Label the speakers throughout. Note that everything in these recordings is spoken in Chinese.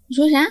Speaker 1: 你说啥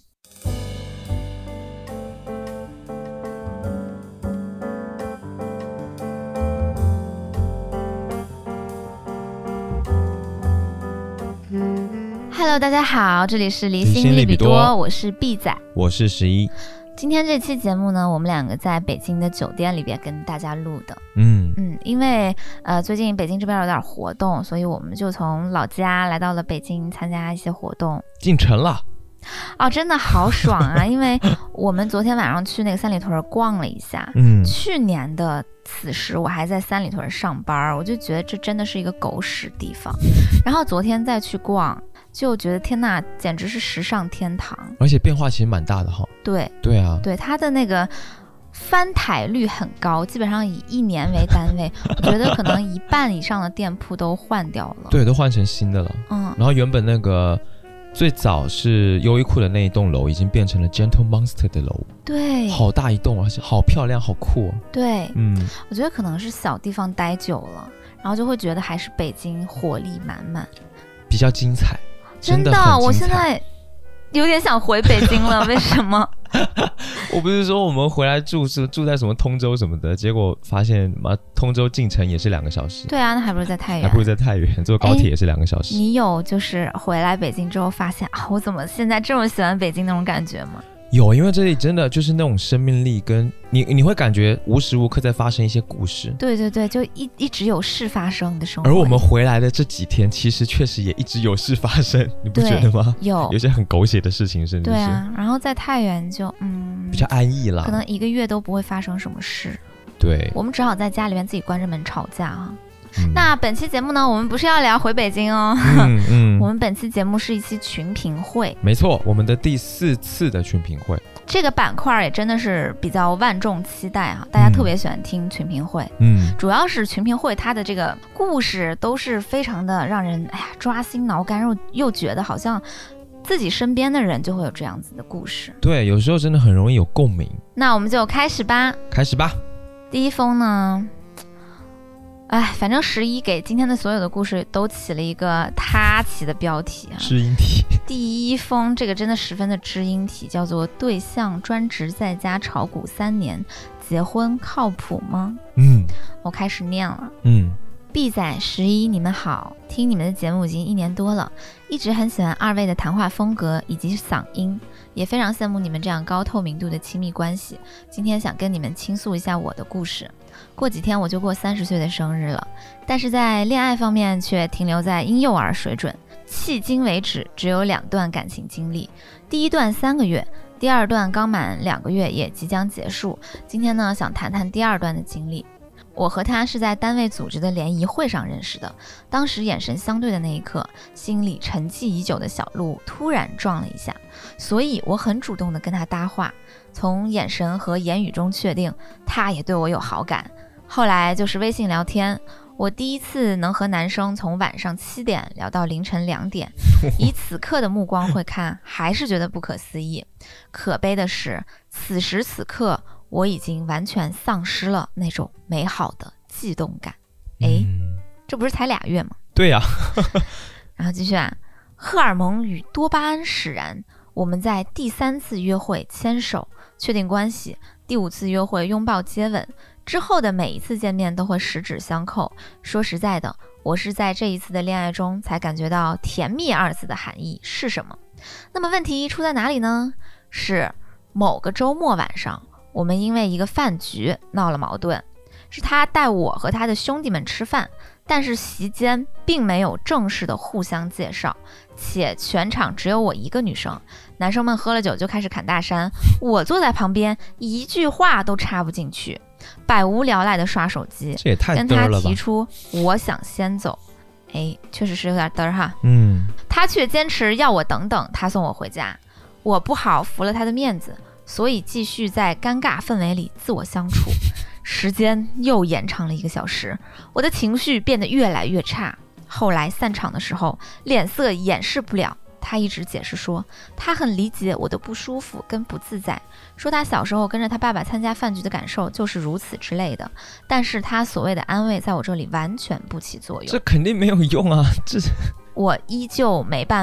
Speaker 1: ？Hello， 大家好，这里是离心利比多，我是 B 仔，
Speaker 2: 我是11。
Speaker 1: 今天这期节目呢，我们两个在北京的酒店里边跟大家录的。因为最近北京这边有点活动，所以我们就从老家来到了北京参加一些活动。
Speaker 2: 进城了
Speaker 1: 哦，真的好爽啊！因为我们昨天晚上去那个三里屯逛了一下，去年的此时我还在三里屯上班，我就觉得这真的是一个狗屎地方。然后昨天再去逛，就觉得天哪，简直是时尚天堂，
Speaker 2: 而且变化其实蛮大的哈。对啊，
Speaker 1: 对，它的那个翻台率很高，基本上以1年为单位，我觉得可能1半以上的店铺都换掉了，
Speaker 2: 对，都换成新的了。然后原本那个最早是优衣库的那一栋楼，已经变成了 Gentle Monster 的楼，
Speaker 1: 对，
Speaker 2: 好大一栋，而且好漂亮，好酷哦。
Speaker 1: 对，我觉得可能是小地方待久了，然后就会觉得还是北京活力满满，
Speaker 2: 比较精彩。
Speaker 1: 真的，我现在有点想回北京了。为什么？
Speaker 2: 我不是说我们回来住在什么通州什么的，结果发现通州进城也是2个小时。
Speaker 1: 对啊，那还不如在太原。
Speaker 2: 还不如在太原，坐高铁也是2个小时。
Speaker 1: 你有就是回来北京之后发现啊，我怎么现在这么喜欢北京那种感觉吗？
Speaker 2: 有，因为这里真的就是那种生命力，跟你会感觉无时无刻在发生一些故事。
Speaker 1: 对对对，就一直有事发生的生活。
Speaker 2: 而我们回来的这几天，其实确实也一直有事发生，你不觉得吗？有
Speaker 1: 些
Speaker 2: 很狗血的事情，甚至是。对
Speaker 1: 啊，然后在太原就
Speaker 2: 比较安逸啦，
Speaker 1: 可能1个月都不会发生什么事。
Speaker 2: 对，
Speaker 1: 我们只好在家里面自己关着门吵架啊。那本期节目呢，我们不是要聊回北京哦，我们本期节目是一期群评会。
Speaker 2: 没错，我们的第4次的群评会，
Speaker 1: 这个板块也真的是比较万众期待啊，大家特别喜欢听群评会。主要是群评会它的这个故事都是非常的让人抓心挠肝，又觉得好像自己身边的人就会有这样子的故事。
Speaker 2: 对，有时候真的很容易有共鸣。
Speaker 1: 那我们就开始吧。第一封呢，反正11给今天的所有的故事都起了一个他起的标题啊，
Speaker 2: 知音体。
Speaker 1: 第一封这个真的十分的知音体，叫做对象专职在家炒股3年，结婚靠谱吗？我开始念了。B 仔11，你们好，听你们的节目已经1年多了，一直很喜欢2位的谈话风格以及嗓音，也非常羡慕你们这样高透明度的亲密关系。今天想跟你们倾诉一下我的故事。过几天我就过30岁的生日了，但是在恋爱方面却停留在婴幼儿水准，迄今为止只有2段感情经历，第一段3个月，第二段刚满2个月，也即将结束。今天呢，想谈谈第2段的经历。我和他是在单位组织的联谊会上认识的，当时眼神相对的那一刻，心里沉寂已久的小鹿突然撞了一下，所以我很主动地跟他搭话，从眼神和言语中确定他也对我有好感。后来就是微信聊天，我第一次能和男生从晚上7点聊到凌晨2点，以此刻的目光会看，还是觉得不可思议。可悲的是，此时此刻我已经完全丧失了那种美好的悸动感。这不是才2月吗？
Speaker 2: 对呀。
Speaker 1: 然后继续荷尔蒙与多巴胺使然，我们在第3次约会牵手确定关系，第5次约会拥抱接吻，之后的每一次见面都会十指相扣。说实在的，我是在这一次的恋爱中才感觉到甜蜜2字的含义是什么。那么问题出在哪里呢？是某个周末晚上，我们因为一个饭局闹了矛盾，是他带我和他的兄弟们吃饭，但是席间并没有正式的互相介绍，且全场只有我一个女生，男生们喝了酒就开始侃大山，我坐在旁边一句话都插不进去，百无聊赖的刷手机，
Speaker 2: 这也太嘚了吧，跟
Speaker 1: 他提出我想先走。确实是有点嘚哈。他却坚持要我等等他送我回家，我不好服了他的面子，所以继续在尴尬氛围里自我相处。时间又延长了1个小时，我的情绪变得越来越差。后来散场的时候，脸色掩饰不了，他一直解释说他很理解我的不舒服跟不自在，说他小时候跟着他爸爸参加饭局的感受就是如此之类的，但是他所谓的安慰在我这里完全不起作用。
Speaker 2: 这肯定没有用啊！这
Speaker 1: 我依旧没办法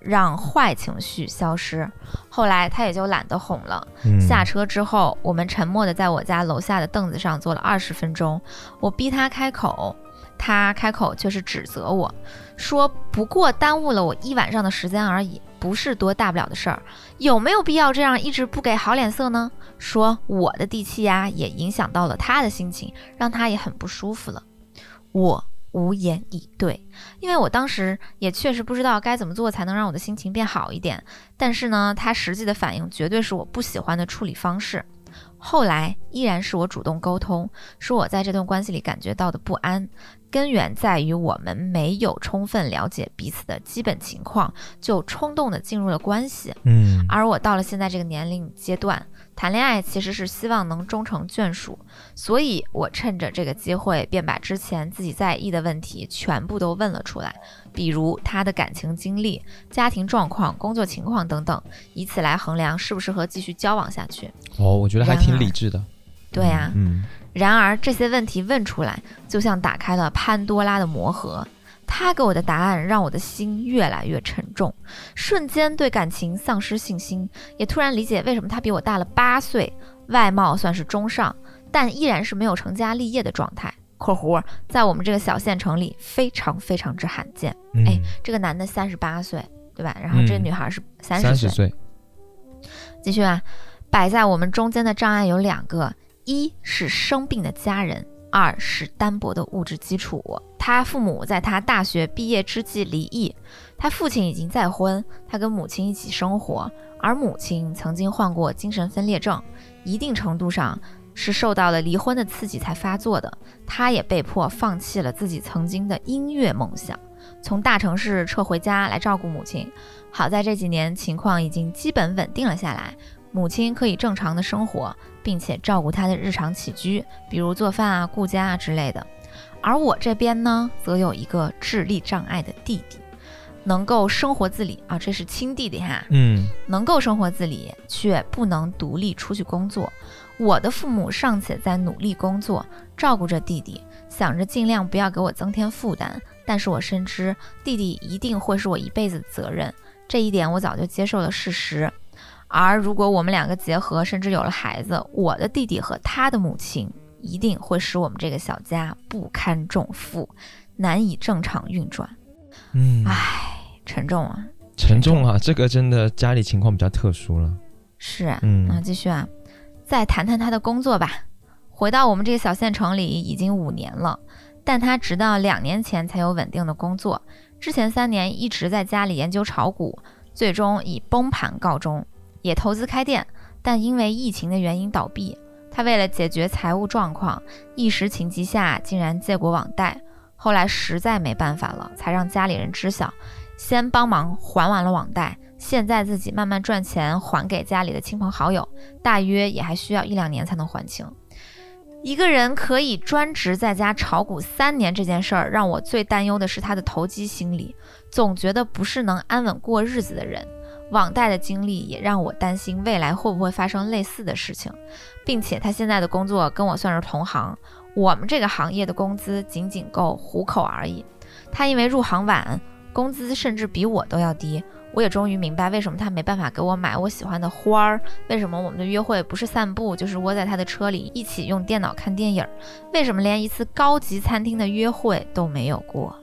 Speaker 1: 让坏情绪消失。后来他也就懒得哄了。下车之后，我们沉默地在我家楼下的凳子上坐了20分钟。我逼他开口，他开口却是指责我，说不过耽误了我1晚上的时间而已，不是多大不了的事儿，有没有必要这样一直不给好脸色呢？说我的地气呀，也影响到了他的心情，让他也很不舒服了。我无言以对，因为我当时也确实不知道该怎么做才能让我的心情变好一点，但是呢，他实际的反应绝对是我不喜欢的处理方式。后来依然是我主动沟通，说我在这段关系里感觉到的不安，根源在于我们没有充分了解彼此的基本情况，就冲动的进入了关系。而我到了现在这个年龄阶段，谈恋爱其实是希望能终成眷属，所以我趁着这个机会便把之前自己在意的问题全部都问了出来，比如他的感情经历、家庭状况、工作情况等等，以此来衡量适不适合继续交往下去。
Speaker 2: 我觉得还挺理智的。
Speaker 1: 对啊，然而这些问题问出来，就像打开了潘多拉的魔盒，他给我的答案让我的心越来越沉重，瞬间对感情丧失信心，也突然理解为什么他比我大了8岁，外貌算是中上，但依然是没有成家立业的状态。括弧在我们这个小县城里非常非常之罕见。这个男的38岁，对吧？然后这个女孩是30岁。继续啊，摆在我们中间的障碍有2个，一是生病的家人，2是单薄的物质基础。他父母在他大学毕业之际离异，他父亲已经再婚，他跟母亲一起生活，而母亲曾经患过精神分裂症，一定程度上是受到了离婚的刺激才发作的。他也被迫放弃了自己曾经的音乐梦想，从大城市撤回家来照顾母亲。好在这几年情况已经基本稳定了下来，母亲可以正常的生活，并且照顾她的日常起居，比如做饭啊、顾家啊之类的。而我这边呢，则有一个智力障碍的弟弟，能够生活自理啊，这是亲弟弟哈，能够生活自理，却不能独立出去工作。我的父母尚且在努力工作，照顾着弟弟，想着尽量不要给我增添负担，但是我深知弟弟一定会是我一辈子的责任，这一点我早就接受了事实。而如果我们2个结合，甚至有了孩子，我的弟弟和他的母亲一定会使我们这个小家不堪重负，难以正常运转。沉重啊，
Speaker 2: 沉重啊，这个真的家里情况比较特殊了。
Speaker 1: 是啊，继续啊，再谈谈他的工作吧。回到我们这个小县城里已经5年了，但他直到2年前才有稳定的工作，之前3年一直在家里研究炒股，最终以崩盘告终。也投资开店，但因为疫情的原因倒闭。他为了解决财务状况，一时情急下竟然借过网贷，后来实在没办法了，才让家里人知晓，先帮忙还完了网贷，现在自己慢慢赚钱还给家里的亲朋好友，大约也还需要1-2年才能还清。一个人可以专职在家炒股3年这件事儿，让我最担忧的是他的投机心理，总觉得不是能安稳过日子的人。网贷的经历也让我担心未来会不会发生类似的事情，并且他现在的工作跟我算是同行，我们这个行业的工资仅仅够糊口而已。他因为入行晚，工资甚至比我都要低。我也终于明白为什么他没办法给我买我喜欢的花儿，为什么我们的约会不是散步就是窝在他的车里一起用电脑看电影，为什么连一次高级餐厅的约会都没有过。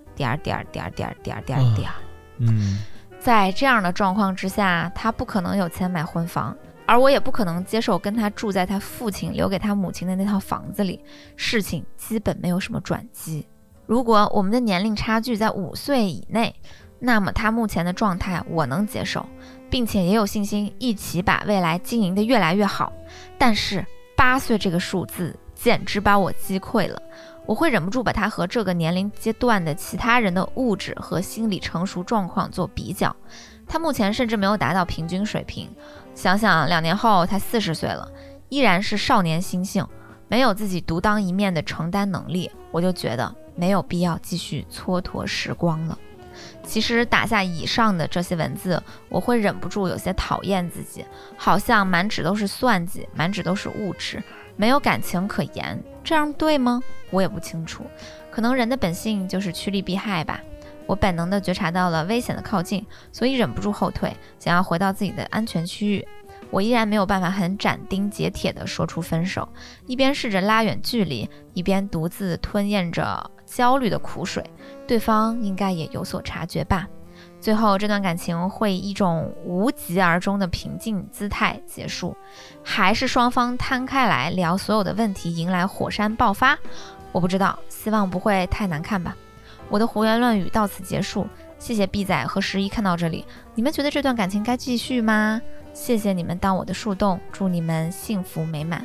Speaker 1: 在这样的状况之下，他不可能有钱买婚房，而我也不可能接受跟他住在他父亲留给他母亲的那套房子里，事情基本没有什么转机。如果我们的年龄差距在5岁以内，那么他目前的状态我能接受，并且也有信心一起把未来经营得越来越好。但是8岁这个数字简直把我击溃了，我会忍不住把他和这个年龄阶段的其他人的物质和心理成熟状况做比较，他目前甚至没有达到平均水平。想想2年后他40岁了，依然是少年心性，没有自己独当一面的承担能力，我就觉得没有必要继续蹉跎时光了。其实打下以上的这些文字，我会忍不住有些讨厌自己，好像满纸都是算计，满纸都是物质，没有感情可言，这样对吗？我也不清楚，可能人的本性就是趋利避害吧。 我本能地觉察到了危险的靠近，所以忍不住后退，想要回到自己的安全区域。我依然没有办法很斩钉截铁地说出分手，一边试着拉远距离，一边独自吞咽着焦虑的苦水。对方应该也有所察觉吧。最后这段感情会以一种无疾而终的平静姿态结束，还是双方摊开来聊所有的问题，迎来火山爆发？我不知道，希望不会太难看吧。我的胡言乱语到此结束，谢谢 B 仔和11看到这里，你们觉得这段感情该继续吗？谢谢你们当我的树洞，祝你们幸福美满。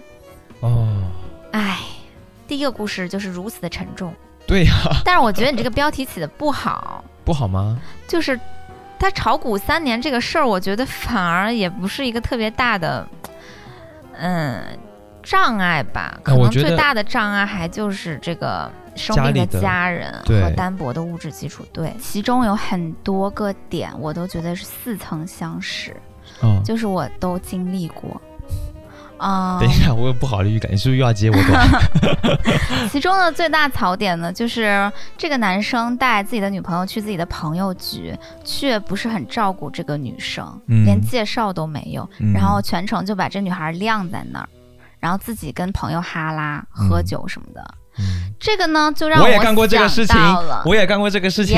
Speaker 1: 第一个故事就是如此的沉重。
Speaker 2: 对呀，
Speaker 1: 但是我觉得你这个标题起的不好。
Speaker 2: 不好吗？
Speaker 1: 就是他炒股3年这个事儿，我觉得反而也不是一个特别大的障碍吧。可能最大的障碍还就是这个生病的家人和单薄的物质基础。对，其中有很多个点我都觉得是似曾相识，就是我都经历过。
Speaker 2: 等一下，我有不好的预感，你是不是又要接我的？
Speaker 1: 其中的最大槽点呢，就是这个男生带自己的女朋友去自己的朋友局，却不是很照顾这个女生，连介绍都没有，然后全程就把这女孩晾在那儿，然后自己跟朋友哈拉喝酒什么的。这个呢，就让我
Speaker 2: 也干过这个事情，我也干过这个事情。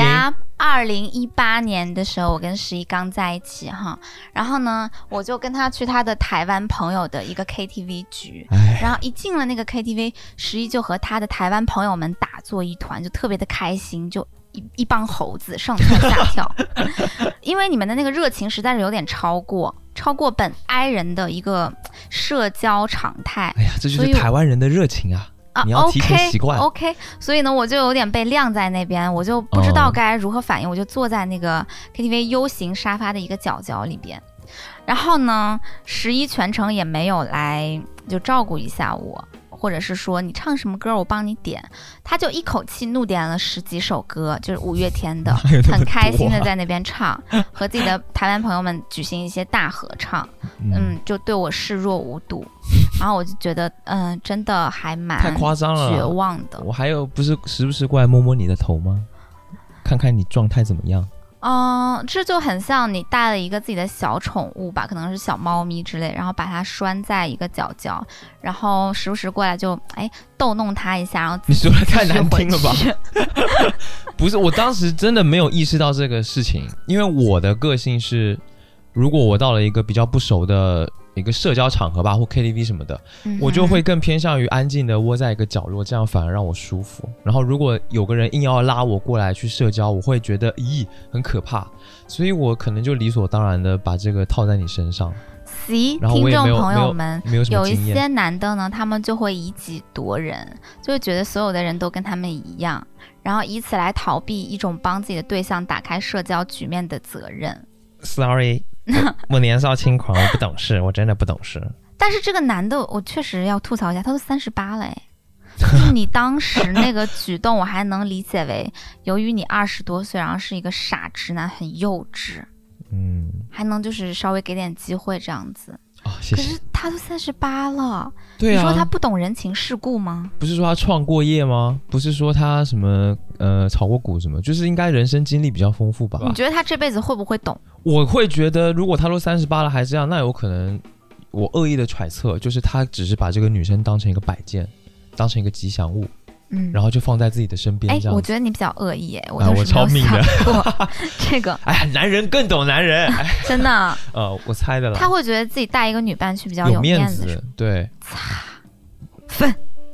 Speaker 1: 2018年的时候，我跟11刚在一起哈，然后呢，我就跟他去他的台湾朋友的一个 KTV 局，然后一进了那个 KTV，11就和他的台湾朋友们打作一团，就特别的开心，就一帮猴子上蹿下跳，因为你们的那个热情实在是有点超过本哀人的一个社交常态。
Speaker 2: 哎呀，这就是台湾人的热情啊！你要提前习惯。
Speaker 1: OK， 所以呢，我就有点被晾在那边，我就不知道该如何反应，我就坐在那个 KTV U 型沙发的一个角里边。然后呢，11全程也没有来就照顾一下我，或者是说你唱什么歌我帮你点，他就一口气怒点了10几首歌，就是5月天的，很开心的在那边唱，和自己的台湾朋友们举行一些大合唱，就对我视若无睹。然后我就觉得真的还蛮
Speaker 2: 太夸张了，
Speaker 1: 绝望的。
Speaker 2: 我还有不是时不时过来摸摸你的头吗？看看你状态怎么样。
Speaker 1: 这就很像你带了一个自己的小宠物吧，可能是小猫咪之类，然后把它拴在一个角，然后时不时过来就逗弄它一下，然后
Speaker 2: 你说的太难听了吧？不是，我当时真的没有意识到这个事情，因为我的个性是，如果我到了一个比较不熟的一个社交场合吧，或 KTV 什么的，我就会更偏向于安静的窝在一个角落，这样反而让我舒服。然后如果有个人硬要拉我过来去社交，我会觉得很可怕，所以我可能就理所当然的把这个套在你身上。然后我也
Speaker 1: 听众朋友们，
Speaker 2: 没有什么经验。
Speaker 1: 有一些男的呢，他们就会以己夺人，就会觉得所有的人都跟他们一样，然后以此来逃避一种帮自己的对象打开社交局面的责任。
Speaker 2: Sorry。我年少轻狂，我不懂事，我真的不懂事。
Speaker 1: 但是这个男的，我确实要吐槽一下，他都38了就是你当时那个举动，我还能理解为，由于你20多岁，然后是一个傻直男，很幼稚，还能就是稍微给点机会这样子。
Speaker 2: 谢谢。
Speaker 1: 可是他都38了，
Speaker 2: 对啊，
Speaker 1: 你说他不懂人情世故吗？
Speaker 2: 不是说他创过业吗？不是说他什么炒过股什么，就是应该人生经历比较丰富吧？
Speaker 1: 你觉得他这辈子会不会懂？
Speaker 2: 我会觉得，如果他都38了还这样，那有可能我恶意的揣测，就是他只是把这个女生当成一个摆件，当成一个吉祥物。然后就放在自己的身边，这样。
Speaker 1: 我觉得你比较恶意我都是没有想过这个。
Speaker 2: 男人更懂男人，
Speaker 1: 真的。
Speaker 2: 我猜的了。
Speaker 1: 他会觉得自己带一个女伴去比较有面子，
Speaker 2: 对。
Speaker 1: 分。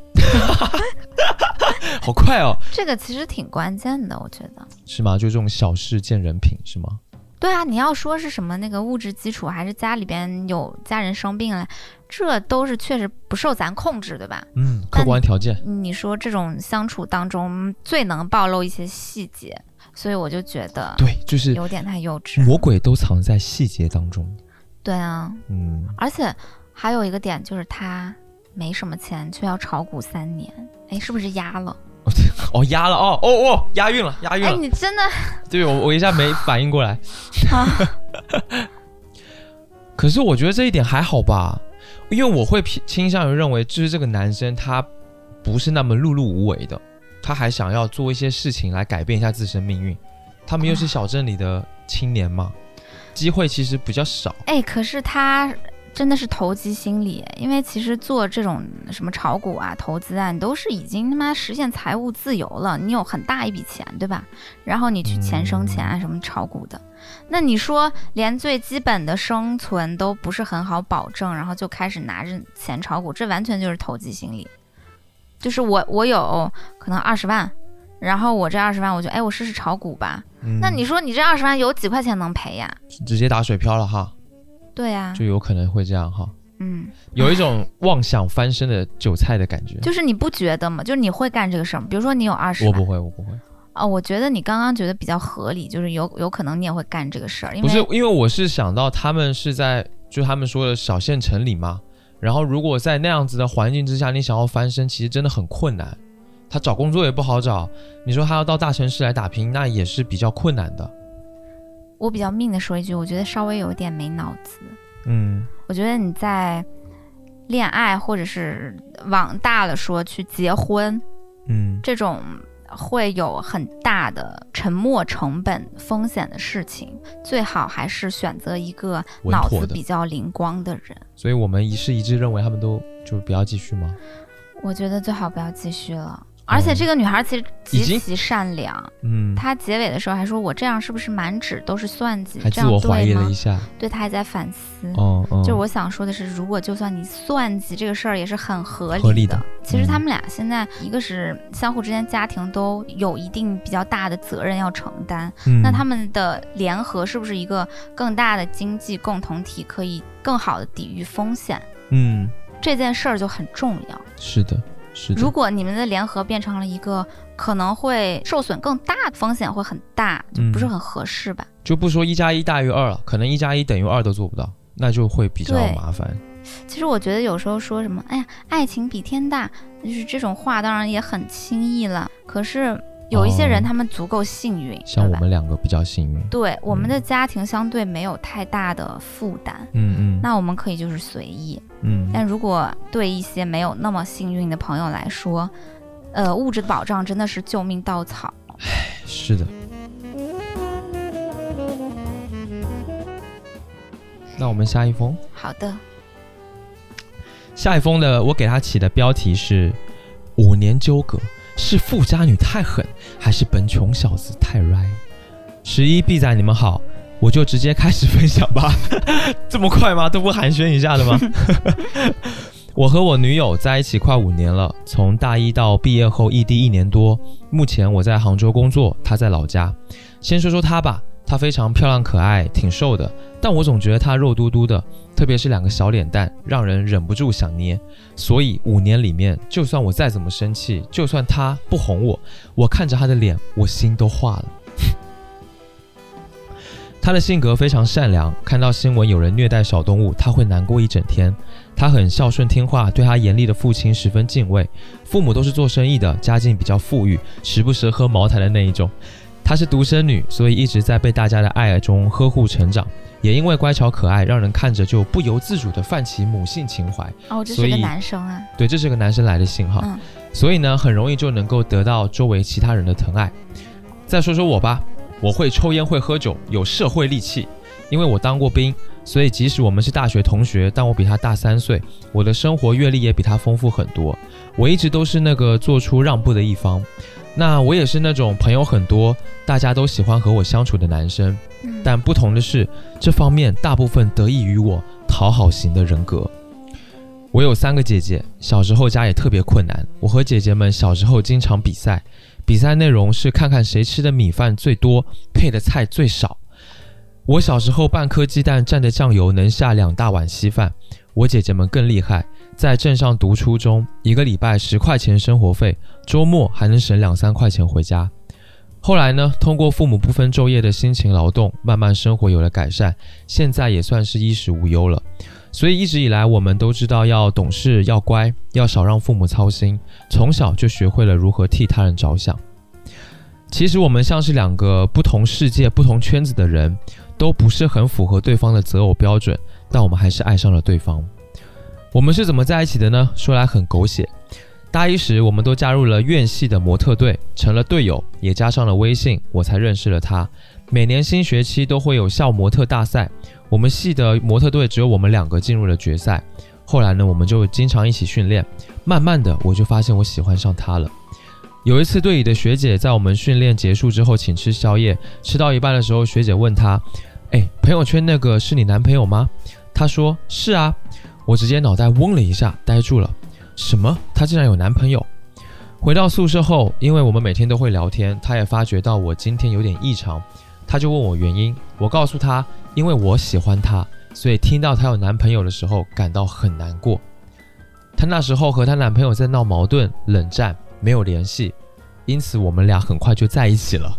Speaker 2: 好快哦！
Speaker 1: 这个其实挺关键的，我觉得。
Speaker 2: 是吗？就这种小事见人品是吗？
Speaker 1: 对啊，你要说是什么那个物质基础，还是家里边有家人生病了，这都是确实不受咱控制，对吧？
Speaker 2: 客观条件。
Speaker 1: 你说这种相处当中最能暴露一些细节，所以我就觉得，
Speaker 2: 对，就是
Speaker 1: 有点太幼稚。
Speaker 2: 魔鬼都藏在细节当中。
Speaker 1: 对啊，而且还有一个点就是他没什么钱，却要炒股3年，是不是压了？
Speaker 2: 压了押韵了。
Speaker 1: 你真的
Speaker 2: 对我一下没反应过来可是我觉得这一点还好吧，因为我会倾向于认为就是这个男生他不是那么碌碌无为的，他还想要做一些事情来改变一下自身命运， 他们又是小镇里的青年嘛，机会其实比较少。
Speaker 1: 可是他真的是投机心理，因为其实做这种什么炒股啊、投资啊，你都是已经他妈实现财务自由了，你有很大一笔钱，对吧？然后你去钱生钱啊，什么炒股的，那你说连最基本的生存都不是很好保证，然后就开始拿着钱炒股，这完全就是投机心理。就是我有可能20万，然后我这20万我就我试试炒股吧，那你说你这20万有几块钱能赔呀？
Speaker 2: 直接打水漂了哈。对
Speaker 1: 啊，
Speaker 2: 就有可能会这样哈。有一种妄想翻身的韭菜的感觉。就是你不觉得吗？就是你会干这个事儿吗？比如说你有20万。我不会。我觉得你刚刚觉得比较合理，就是有可能你也会干这个事儿。不是，因为我是想到他们是在就他们说的小县城里嘛，然后如果在那样子的环境之下，你想要翻身，其实真的很困难。他找工作也不好找，你说他要到大城市来打拼，那也是比较困难的。我比较命的说一句，我觉得稍微有一点没脑子。我觉得你在恋爱或者是往大了说去结婚，这种会有很大的沉没成本风险的事情，最好还是选择一个脑子比较灵光的人。所以我们一致认为他们都就不要继续吗？我觉得最好不要继续了。而且这个女孩其实极其善良，她结尾的时候还说我这样是不是满纸都是算计，还自我怀疑了一下，对，她还在反思。就是我想说的是，如果就算你算计这个事儿也是很合理的。其实他们俩现在一个是相互之间家庭都有一定比较大的责任要承担，那他们的联合是不是一个更大的经济共同体，可以更好的抵御风险？这件事儿就很重要。是的。如果你们的联合变成了一个可能会受损更大，风险会很大，就不是很合适吧？就不说1+1大于2了，可能1+1等于2都做不到，那就会比较麻烦。其实我觉得有时候说什么爱情比天大，就是这种话当然也很轻易了，可是有一些人他们足够幸运，像我们两个比较幸运，对，我们的家庭相对没有太大的负担，那我们可以就是随意，但如果对一些没有那么幸运的朋友来说，物质的保障真的是救命稻草。是的。那我们下一封。好的。下一封的我给他起的标题是5年纠葛，是富家女太狠，还是本穷小子太 right？11 B 仔你们好，我就直接开始分享吧。这么快吗？都不寒暄一下的吗？我和我女友在一起快5年了，从大一到毕业后异地1年多，目前我在杭州工作，她在老家。先说说她吧，她非常漂亮可爱，挺瘦的，但我总觉得她肉嘟嘟的，特别是2个小脸蛋，让人忍不住想捏。所以5年里面，就算我再怎么生气，就算她不哄我，我看着她的脸，我心都化了。她的性格非常善良，看到新闻有人虐待小动物，她会难过一整天。她很孝顺听话，对她严厉的父亲十分敬畏。父母都是做生意的，家境比较富裕，时不时喝茅台的那一种。她是独生女，所以一直在被大家的爱中呵护成长。也因为乖巧可爱，让人看着就不由自主地泛起母性情怀。这是个男生啊？对，这是个男生来的信号。所以呢，很容易就能够得到周围其他人的疼爱。再说说我吧，我会抽烟，会喝酒，有社会戾气。因为我当过兵，所以即使我们是大学同学，但我比他大3岁，我的生活阅历也比他丰富很多。我一直都是那个做出让步的一方。那我也是那种朋友很多，大家都喜欢和我相处的男生。但不同的是，这方面大部分得益于我讨好型的人格。我有3个姐姐，小时候家也特别困难。我和姐姐们小时候经常比赛，比赛内容是看看谁吃的米饭最多，配的菜最少。我小时候半颗鸡蛋蘸的酱油能下2大碗稀饭，我姐姐们更厉害，在镇上读初中，1个礼拜10块钱生活费，周末还能省2-3块钱回家。后来呢，通过父母不分昼夜的辛勤劳动，慢慢生活有了改善，现在也算是衣食无忧了。所以一直以来我们都知道要懂事，要乖，要少让父母操心，从小就学会了如何替他人着想。其实我们像是2个不同世界、不同圈子的人，都不是很符合对方的择偶标准，但我们还是爱上了对方。我们是怎么在一起的呢？说来很狗血。 大一时我们都加入了院系的模特队，成了队友，也加上了微信，我才认识了他。每年新学期都会有校模特大赛，我们系的模特队只有我们2个进入了决赛。后来呢，我们就经常一起训练，慢慢的我就发现我喜欢上他了。有一次队里的学姐在我们训练结束之后请吃宵夜，吃到一半的时候，学姐问他，朋友圈那个是你男朋友吗？他说是啊。我直接脑袋嗡了一下，呆住了。什么？他竟然有男朋友？回到宿舍后，因为我们每天都会聊天，他也发觉到我今天有点异常，他就问我原因。我告诉他，因为我喜欢他，所以听到他有男朋友的时候感到很难过。她那时候和她男朋友在闹矛盾，冷战，没有联系，因此我们俩很快就在一起了。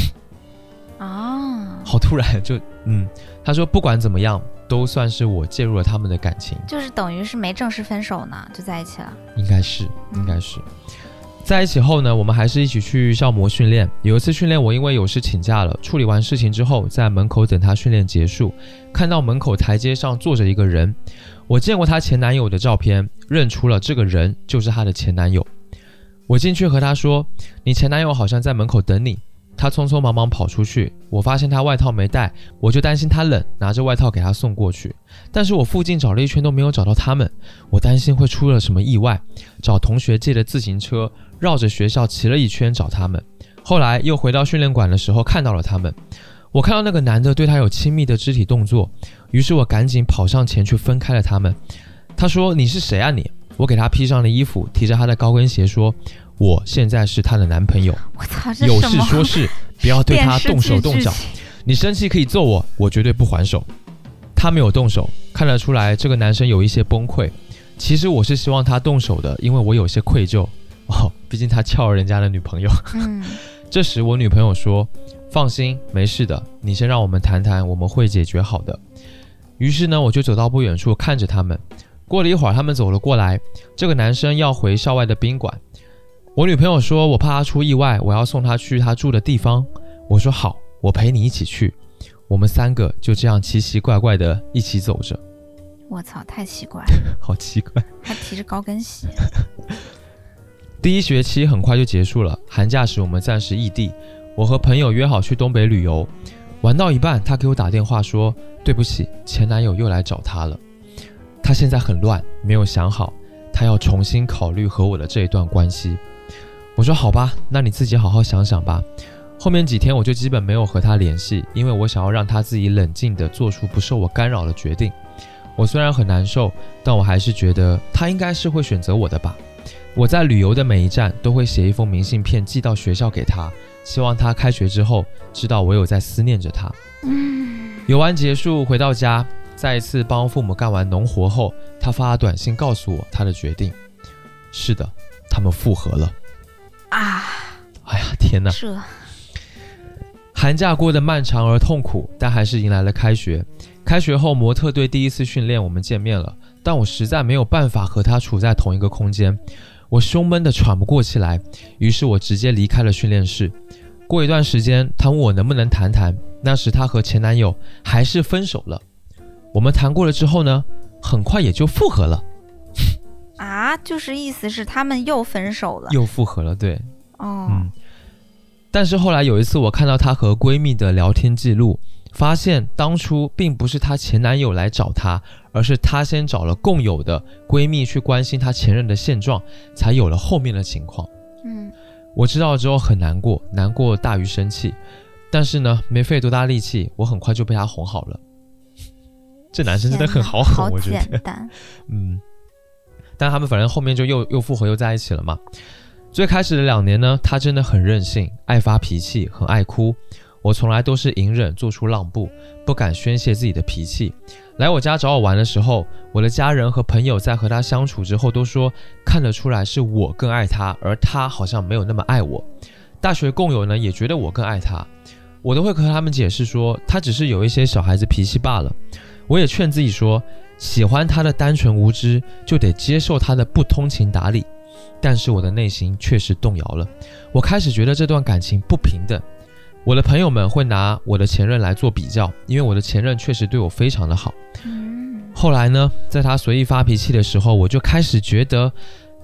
Speaker 2: 好突然就她说不管怎么样都算是我介入了他们的感情，
Speaker 1: 就是等于是没正式分手呢就在一起了。应
Speaker 2: 该是在一起后呢，我们还是一起去校模训练。有一次训练我因为有事请假了，处理完事情之后，在门口等他训练结束，看到门口台阶上坐着一个人，我见过她前男友的照片，认出了这个人就是她的前男友。我进去和她说，你前男友好像在门口等你。她匆匆忙忙跑出去，我发现她外套没带，我就担心她冷，拿着外套给她送过去。但是我附近找了一圈都没有找到他们，我担心会出了什么意外，找同学借的自行车绕着学校骑了一圈找他们。后来又回到训练馆的时候看到了他们，我看到那个男的对她有亲密的肢体动作，于是我赶紧跑上前去分开了他们。他说你是谁啊你？我给他披上了衣服，提着他的高跟鞋说，我现在是他的男朋友。
Speaker 1: 我操，
Speaker 2: 有事说事，不要对他动手动脚，你生气可以揍我，我绝对不还手。他没有动手，看得出来这个男生有一些崩溃。其实我是希望他动手的，因为我有些愧疚毕竟他撬了人家的女朋友。这时我女朋友说，放心，没事的，你先让我们谈谈，我们会解决好的。于是呢，我就走到不远处看着他们。过了一会儿，他们走了过来，这个男生要回校外的宾馆。我女朋友说，我怕他出意外，我要送他去他住的地方。我说好，我陪你一起去。我们3个就这样奇奇怪怪的一起走着。
Speaker 1: 我操，太奇怪了。
Speaker 2: 好奇怪，
Speaker 1: 还提着高跟鞋。
Speaker 2: 第1学期很快就结束了，寒假时我们暂时异地，我和朋友约好去东北旅游，玩到一半，他给我打电话说，对不起，前男友又来找他了。他现在很乱，没有想好，他要重新考虑和我的这一段关系。我说好吧，那你自己好好想想吧。后面几天我就基本没有和他联系，因为我想要让他自己冷静地做出不受我干扰的决定。我虽然很难受，但我还是觉得他应该是会选择我的吧。我在旅游的每一站都会写一封明信片寄到学校给他，希望他开学之后知道我有在思念着他。游玩结束回到家，再一次帮父母干完农活后，他发了短信告诉我他的决定。是的，他们复合了。哎呀，天哪！寒假过得漫长而痛苦，但还是迎来了开学。开学后，模特队第一次训练，我们见面了，但我实在没有办法和他处在同一个空间，我胸闷得喘不过气来，于是我直接离开了训练室。过一段时间，他问我能不能谈谈，那时他和前男友还是分手了。我们谈过了之后呢，很快也就复合了。
Speaker 1: 就是意思是他们又分手了，
Speaker 2: 又复合了，对。但是后来有一次我看到她和闺蜜的聊天记录，发现当初并不是她前男友来找她，而是她先找了共有的闺蜜去关心她前任的现状，才有了后面的情况。我知道了之后很难过，难过大于生气，但是呢没费多大力气，我很快就被她哄好了。这男生真的很好哄，我觉得。好简单。但他们反正后面就又复合又在一起了嘛。最开始的2年呢，他真的很任性，爱发脾气，很爱哭。我从来都是隐忍，做出让步，不敢宣泄自己的脾气。来我家找我玩的时候，我的家人和朋友在和他相处之后都说，看得出来是我更爱他，而他好像没有那么爱我。大学共友呢也觉得我更爱他，我都会和他们解释说，他只是有一些小孩子脾气罢了。我也劝自己说，喜欢他的单纯无知，就得接受他的不通情达理。但是我的内心确实动摇了，我开始觉得这段感情不平等。我的朋友们会拿我的前任来做比较，因为我的前任确实对我非常的好。后来呢，在他随意发脾气的时候，我就开始觉得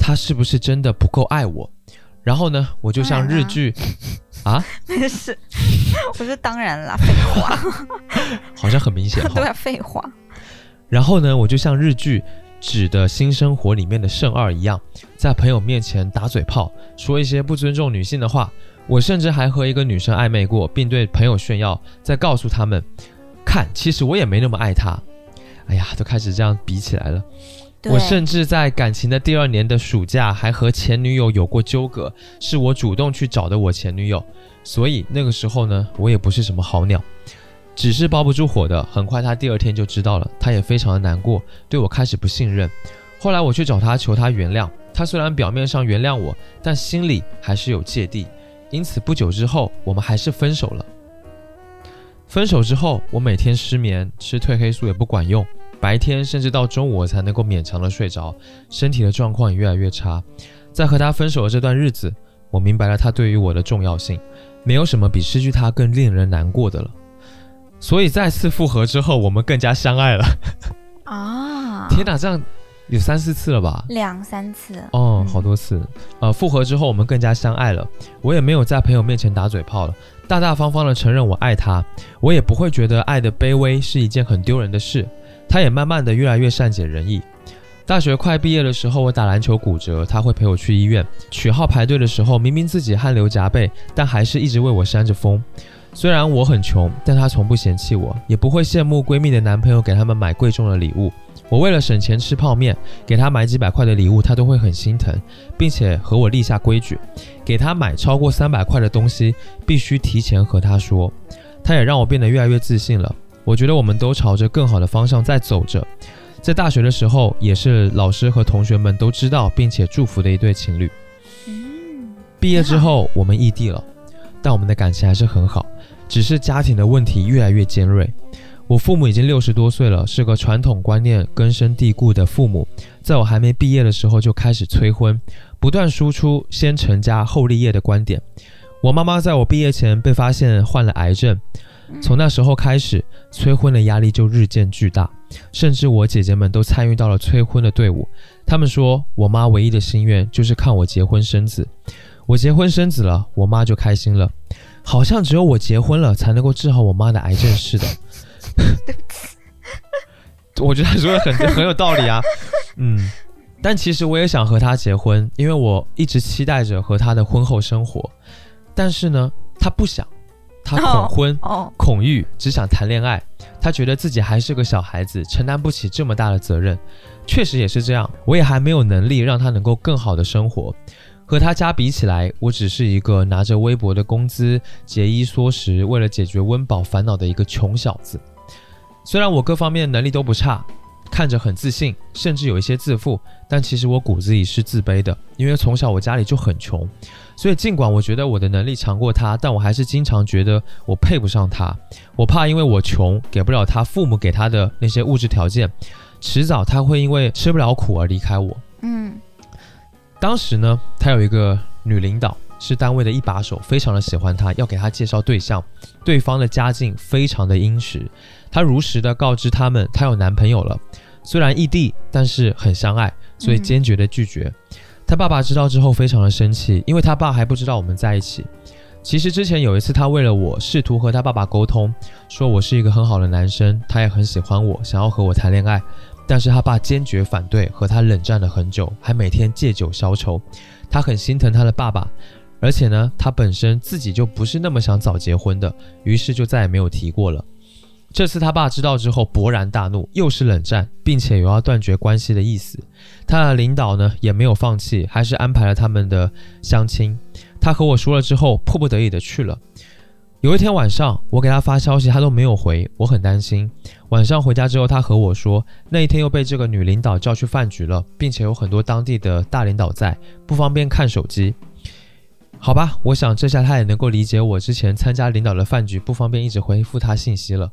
Speaker 2: 他是不是真的不够爱我？然后呢，我就像日剧啊，
Speaker 1: 没事，我说当然啦，废话，
Speaker 2: 好像很明显
Speaker 1: 对啊，废话。
Speaker 2: 然后呢，我就像日剧指的新生活里面的圣二一样，在朋友面前打嘴炮，说一些不尊重女性的话。我甚至还和一个女生暧昧过，并对朋友炫耀，再告诉他们，看，其实我也没那么爱她。哎呀，都开始这样比起来了。我甚至在感情的第2年的暑假还和前女友有过纠葛，是我主动去找的我前女友。所以那个时候呢，我也不是什么好鸟，只是包不住火的。很快他第2天就知道了，他也非常的难过，对我开始不信任。后来我去找他求他原谅，他虽然表面上原谅我，但心里还是有芥蒂。因此不久之后我们还是分手了。分手之后，我每天失眠，吃褪黑素也不管用，白天甚至到中午我才能够勉强的睡着，身体的状况也越来越差。在和他分手的这段日子，我明白了他对于我的重要性，没有什么比失去他更令人难过的了。所以再次复合之后，我们更加相爱了。啊！天哪，这样有3、4次了吧
Speaker 1: ？2、3次
Speaker 2: 哦，好多次。复合之后我们更加相爱了，我也没有在朋友面前打嘴炮了，大大方方的承认我爱他，我也不会觉得爱的卑微是一件很丢人的事。他也慢慢的越来越善解人意。大学快毕业的时候，我打篮球骨折，他会陪我去医院。取号排队的时候，明明自己汗流浃背，但还是一直为我扇着风。虽然我很穷，但他从不嫌弃我，也不会羡慕闺蜜的男朋友给他们买贵重的礼物。我为了省钱吃泡面，给他买几百块的礼物，他都会很心疼，并且和我立下规矩，给他买超过300块的东西，必须提前和他说。他也让我变得越来越自信了。我觉得我们都朝着更好的方向在走着。在大学的时候，也是老师和同学们都知道并且祝福的一对情侣。毕业之后，我们异地了，但我们的感情还是很好，只是家庭的问题越来越尖锐。我父母已经60多岁了，是个传统观念根深蒂固的父母，在我还没毕业的时候就开始催婚，不断输出先成家后立业的观点。我妈妈在我毕业前被发现患了癌症，从那时候开始，催婚的压力就日渐巨大，甚至我姐姐们都参与到了催婚的队伍。她们说，我妈唯一的心愿就是看我结婚生子，我结婚生子了，我妈就开心了，好像只有我结婚了才能够治好我妈的癌症似的。
Speaker 1: 对不起，
Speaker 2: 我觉得他说的很有道理啊。但其实我也想和他结婚，因为我一直期待着和他的婚后生活。但是呢，他不想，他恐婚、恐育，只想谈恋爱。他觉得自己还是个小孩子，承担不起这么大的责任。确实也是这样，我也还没有能力让他能够更好的生活。和他家比起来，我只是一个拿着微薄的工资节衣缩食，为了解决温饱烦恼的一个穷小子。虽然我各方面能力都不差，看着很自信，甚至有一些自负，但其实我骨子里是自卑的，因为从小我家里就很穷。所以尽管我觉得我的能力强过他，但我还是经常觉得我配不上他。我怕因为我穷，给不了他父母给他的那些物质条件，迟早他会因为吃不了苦而离开我。当时呢，他有一个女领导，是单位的一把手，非常的喜欢他，要给他介绍对象。对方的家境非常的殷实，他如实的告知他们他有男朋友了，虽然异地，但是很相爱，所以坚决的拒绝。他爸爸知道之后非常的生气，因为他爸还不知道我们在一起。其实之前有一次，他为了我试图和他爸爸沟通，说我是一个很好的男生，他也很喜欢我，想要和我谈恋爱。但是他爸坚决反对，和他冷战了很久，还每天借酒消愁。他很心疼他的爸爸，而且呢，他本身自己就不是那么想早结婚的，于是就再也没有提过了。这次他爸知道之后勃然大怒，又是冷战，并且有要断绝关系的意思。他的领导呢也没有放弃，还是安排了他们的相亲。他和我说了之后，迫不得已的去了。有一天晚上，我给他发消息，他都没有回，我很担心。晚上回家之后，他和我说，那一天又被这个女领导叫去饭局了，并且有很多当地的大领导在，不方便看手机。好吧，我想这下他也能够理解我之前参加领导的饭局不方便一直回复他信息了。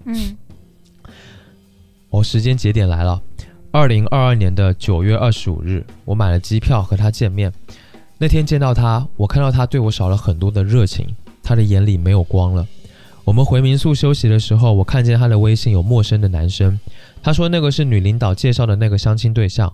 Speaker 2: 时间节点来了，2022年的9月25日，我买了机票和他见面。那天见到他，我看到他对我少了很多的热情，他的眼里没有光了。我们回民宿休息的时候，我看见他的微信有陌生的男生，他说那个是女领导介绍的那个相亲对象。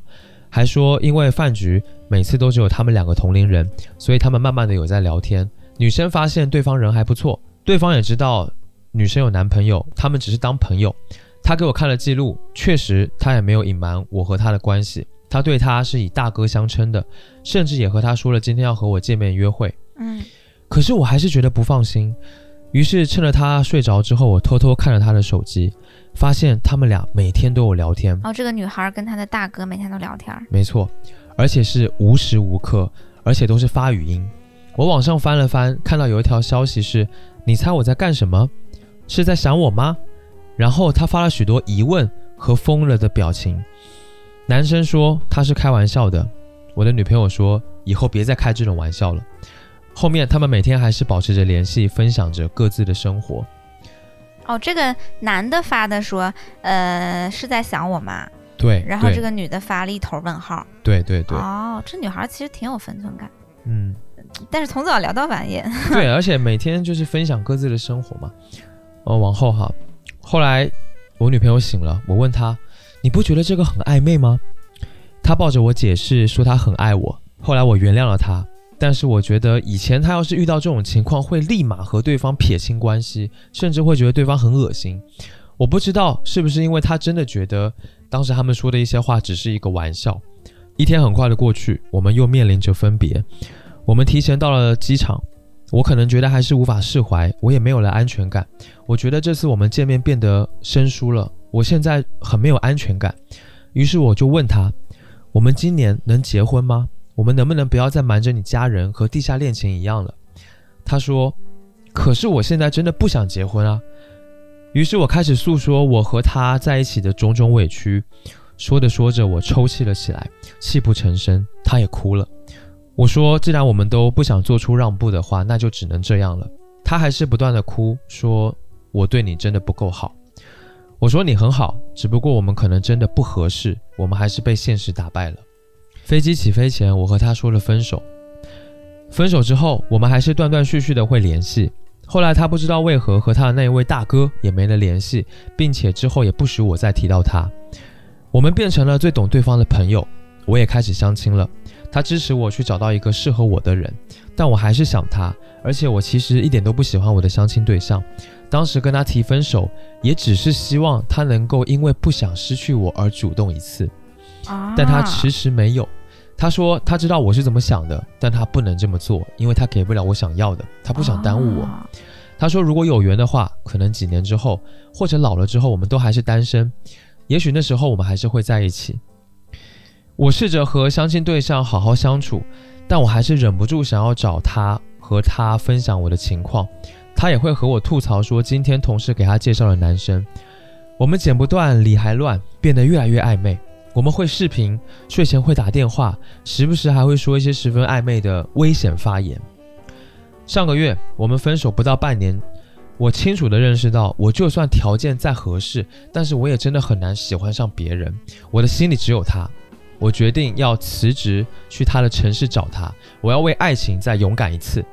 Speaker 2: 还说因为饭局每次都只有他们2个同龄人，所以他们慢慢的有在聊天。女生发现对方人还不错，对方也知道女生有男朋友，他们只是当朋友。他给我看了记录，确实他也没有隐瞒我和他的关系，他对他是以大哥相称的，甚至也和他说了今天要和我见面约会。可是我还是觉得不放心，于是趁着他睡着之后，我偷偷看了他的手机，发现他们俩每天都有聊天。
Speaker 1: 这个女孩跟她的大哥每天都聊天。
Speaker 2: 没错，而且是无时无刻，而且都是发语音。我往上翻了翻，看到有一条消息是：你猜我在干什么？是在想我吗？然后他发了许多疑问和疯了的表情。男生说他是开玩笑的，我的女朋友说以后别再开这种玩笑了。后面他们每天还是保持着联系，分享着各自的生活。
Speaker 1: 这个男的发的说是在想我吗？
Speaker 2: 对，
Speaker 1: 然后这个女的发了一头问号。
Speaker 2: 对对对。
Speaker 1: 这女孩其实挺有分寸感。但是从早聊到晚也
Speaker 2: 对，而且每天就是分享各自的生活嘛。往后哈，后来我女朋友醒了，我问她，你不觉得这个很暧昧吗？她抱着我解释说她很爱我。后来我原谅了她，但是我觉得以前她要是遇到这种情况，会立马和对方撇清关系，甚至会觉得对方很恶心。我不知道是不是因为她真的觉得当时他们说的一些话只是一个玩笑。一天很快的过去，我们又面临着分别。我们提前到了机场，我可能觉得还是无法释怀，我也没有了安全感。我觉得这次我们见面变得生疏了，我现在很没有安全感。于是我就问他，我们今年能结婚吗？我们能不能不要再瞒着你家人，和地下恋情一样了？他说，可是我现在真的不想结婚啊。于是我开始诉说我和他在一起的种种委屈，说着说着我抽泣了起来，泣不成声，他也哭了。我说既然我们都不想做出让步的话，那就只能这样了。他还是不断的哭，说我对你真的不够好。我说你很好，只不过我们可能真的不合适，我们还是被现实打败了。飞机起飞前，我和他说了分手。分手之后，我们还是断断续续的会联系。后来他不知道为何和他的那一位大哥也没了联系，并且之后也不许我再提到他。我们变成了最懂对方的朋友，我也开始相亲了。他支持我去找到一个适合我的人，但我还是想他，而且我其实一点都不喜欢我的相亲对象。当时跟他提分手，也只是希望他能够因为不想失去我而主动一次，但他迟迟没有。他说他知道我是怎么想的，但他不能这么做，因为他给不了我想要的，他不想耽误我。他说如果有缘的话，可能几年之后，或者老了之后，我们都还是单身，也许那时候我们还是会在一起。我试着和相亲对象好好相处，但我还是忍不住想要找他，和他分享我的情况。他也会和我吐槽说今天同事给他介绍了男生。我们剪不断理还乱，变得越来越暧昧。我们会视频，睡前会打电话，时不时还会说一些十分暧昧的危险发言。上个月我们分手不到半年，我清楚地认识到，我就算条件再合适，但是我也真的很难喜欢上别人。我的心里只有他。我决定要辞职，去他的城市找他。我要为爱情再勇敢一次。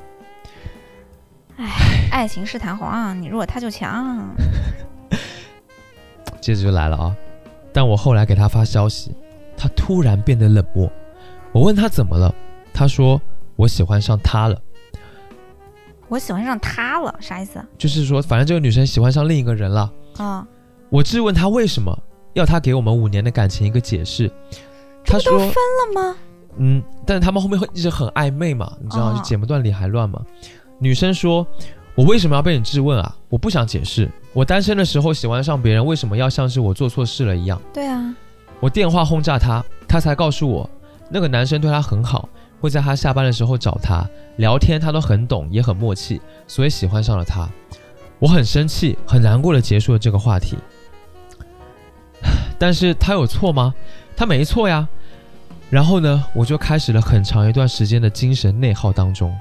Speaker 1: 爱情是弹簧，你弱他就强。
Speaker 2: 接着就来了啊！但我后来给他发消息，他突然变得冷漠。我问他怎么了，他说我喜欢上他了。
Speaker 1: 我喜欢上他了，啥意思？
Speaker 2: 就是说，反正这个女生喜欢上另一个人了。我质问他为什么，要他给我们5年的感情一个解释。他说
Speaker 1: 都分了吗？
Speaker 2: 但是他们后面会一直很暧昧嘛，你知道，就剪不断理还乱嘛。女生说，我为什么要被你质问啊？我不想解释。我单身的时候喜欢上别人，为什么要像是我做错事了一样？
Speaker 1: 对啊。
Speaker 2: 我电话轰炸他，他才告诉我，那个男生对他很好，会在他下班的时候找他聊天，他都很懂，也很默契，所以喜欢上了他。我很生气，很难过的结束了这个话题。但是他有错吗？他没错呀。然后呢，我就开始了很长一段时间的精神内耗当中。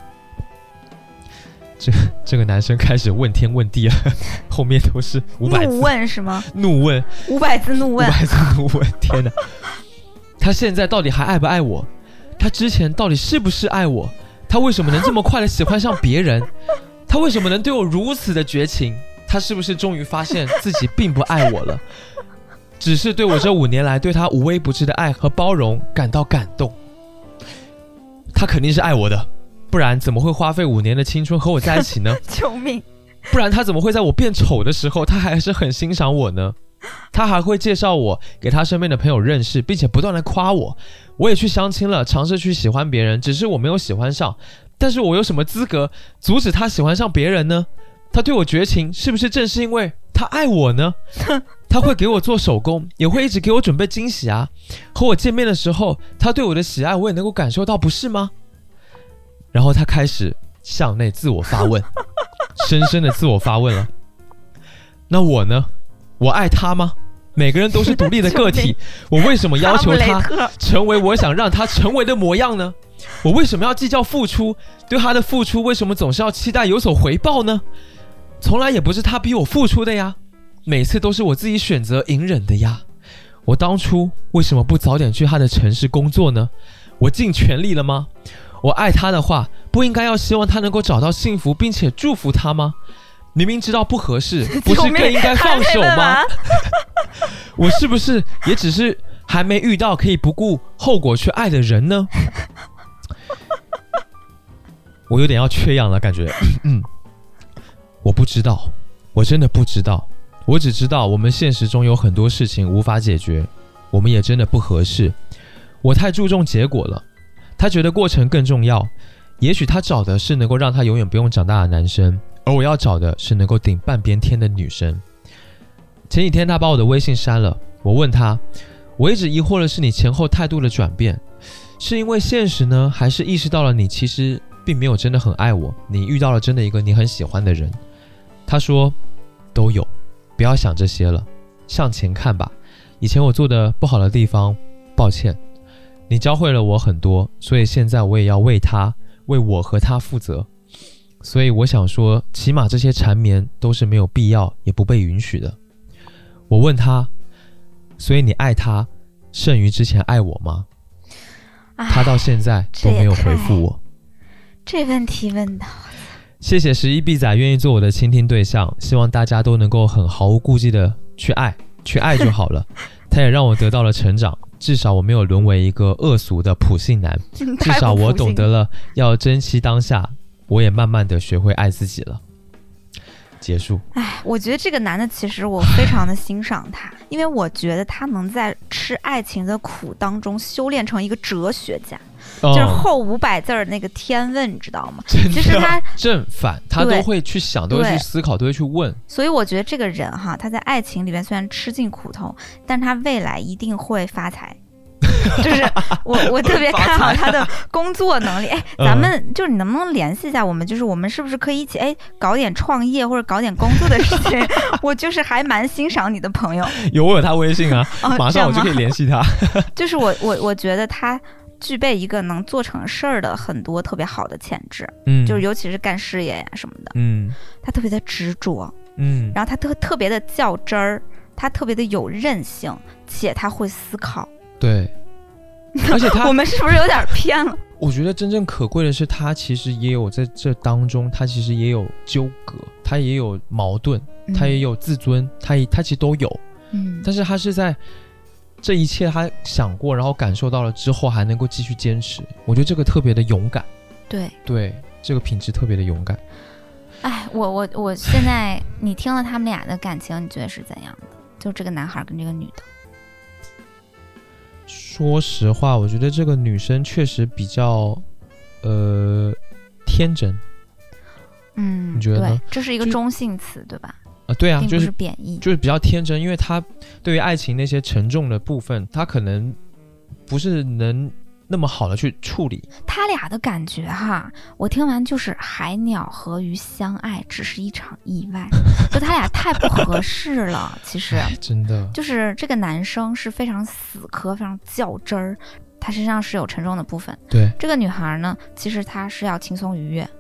Speaker 2: 这个男生开始问天问地了，后面都是500字。
Speaker 1: 怒问是吗？
Speaker 2: 怒问
Speaker 1: 500字怒问。
Speaker 2: 500字怒问，天哪！他现在到底还爱不爱我？他之前到底是不是爱我？他为什么能这么快的喜欢上别人？他为什么能对我如此的绝情？他是不是终于发现自己并不爱我了？ 只是对我这5年来对他无微不至的爱和包容感到感动。他肯定是爱我的，不然怎么会花费5年的青春和我在一起呢？
Speaker 1: 救命！
Speaker 2: 不然他怎么会在我变丑的时候，他还是很欣赏我呢？他还会介绍我给他身边的朋友认识，并且不断的夸我。我也去相亲了，尝试去喜欢别人，只是我没有喜欢上。但是我有什么资格阻止他喜欢上别人呢？他对我绝情，是不是正是因为他爱我呢？他会给我做手工，也会一直给我准备惊喜啊。和我见面的时候，他对我的喜爱我也能够感受到，不是吗？然后他开始向内自我发问，深深的自我发问了。那我呢？我爱他吗？每个人都是独立的个体，我为什么要求他成为我想让他成为的模样呢？我为什么要计较付出？对他的付出为什么总是要期待有所回报呢？从来也不是他逼我付出的呀，每次都是我自己选择隐忍的呀。我当初为什么不早点去他的城市工作呢？我尽全力了吗？我爱他的话，不应该要希望他能够找到幸福，并且祝福他吗？明明知道不合适，不是更应该放手吗？我是不是也只是还没遇到可以不顾后果去爱的人呢？我有点要缺氧了，感觉。我不知道，我真的不知道。我只知道我们现实中有很多事情无法解决，我们也真的不合适。我太注重结果了，他觉得过程更重要。也许他找的是能够让他永远不用长大的男生，而我要找的是能够顶半边天的女生。前几天他把我的微信删了，我问他，我一直疑惑的是你前后态度的转变，是因为现实呢，还是意识到了你其实并没有真的很爱我，你遇到了真的一个你很喜欢的人？他说都有，不要想这些了，向前看吧。以前我做的不好的地方，抱歉，你教会了我很多，所以现在我也要为我和他负责。所以我想说，起码这些缠绵都是没有必要也不被允许的。我问他，所以你爱他胜于之前爱我吗？他到现在都没有回复我。
Speaker 1: 这问题问的，
Speaker 2: 谢谢11币仔愿意做我的倾听对象，希望大家都能够很毫无顾忌的去爱就好了。他也让我得到了成长，至少我没有沦为一个恶俗的普信男，至少我懂得了要珍惜当下，我也慢慢的学会爱自己了。结束。
Speaker 1: 我觉得这个男的其实我非常的欣赏他，因为我觉得他能在吃爱情的苦当中修炼成一个哲学家，就是后500字那个天问，你知道吗？其实他
Speaker 2: 正反他都会去想，都会去思考，都会去问。
Speaker 1: 所以我觉得这个人哈，他在爱情里面虽然吃尽苦头，但他未来一定会发财。就是我特别看好他的工作能力。咱们就是你能不能联系一下我们，就是我们是不是可以一起搞点创业或者搞点工作的事情？我就是还蛮欣赏你的朋友。
Speaker 2: 我有他微信啊，马上我就可以联系他。
Speaker 1: 就是我觉得他具备一个能做成事儿的很多特别好的潜质，就是尤其是干事业呀什么的，他特别的执着，然后他特别的较真儿，他特别的有韧性，且他会思考。
Speaker 2: 对，而且他
Speaker 1: 我们是不是有点偏了？
Speaker 2: 我觉得真正可贵的是，他其实也有在这当中，他其实也有纠葛，他也有矛盾，他也有自尊，他其实都有。但是他是在这一切他想过，然后感受到了之后，还能够继续坚持。我觉得这个特别的勇敢。对，这个品质特别的勇敢。
Speaker 1: 我现在你听了他们俩的感情，你觉得是怎样的？就这个男孩跟这个女的。
Speaker 2: 说实话，我觉得这个女生确实比较天真。你觉得呢？
Speaker 1: 对，这是一个中性词，对吧？
Speaker 2: 对啊，
Speaker 1: 并不是贬义，
Speaker 2: 就是比较天真，因为她对于爱情那些沉重的部分，她可能不是能那么好的去处理。
Speaker 1: 他俩的感觉哈，我听完就是海鸟和鱼相爱只是一场意外，就他俩太不合适了。其实
Speaker 2: 真的
Speaker 1: 就是这个男生是非常死磕，非常较真儿，他身上是有沉重的部分。
Speaker 2: 对，
Speaker 1: 这个女孩呢，其实她是要轻松愉悦，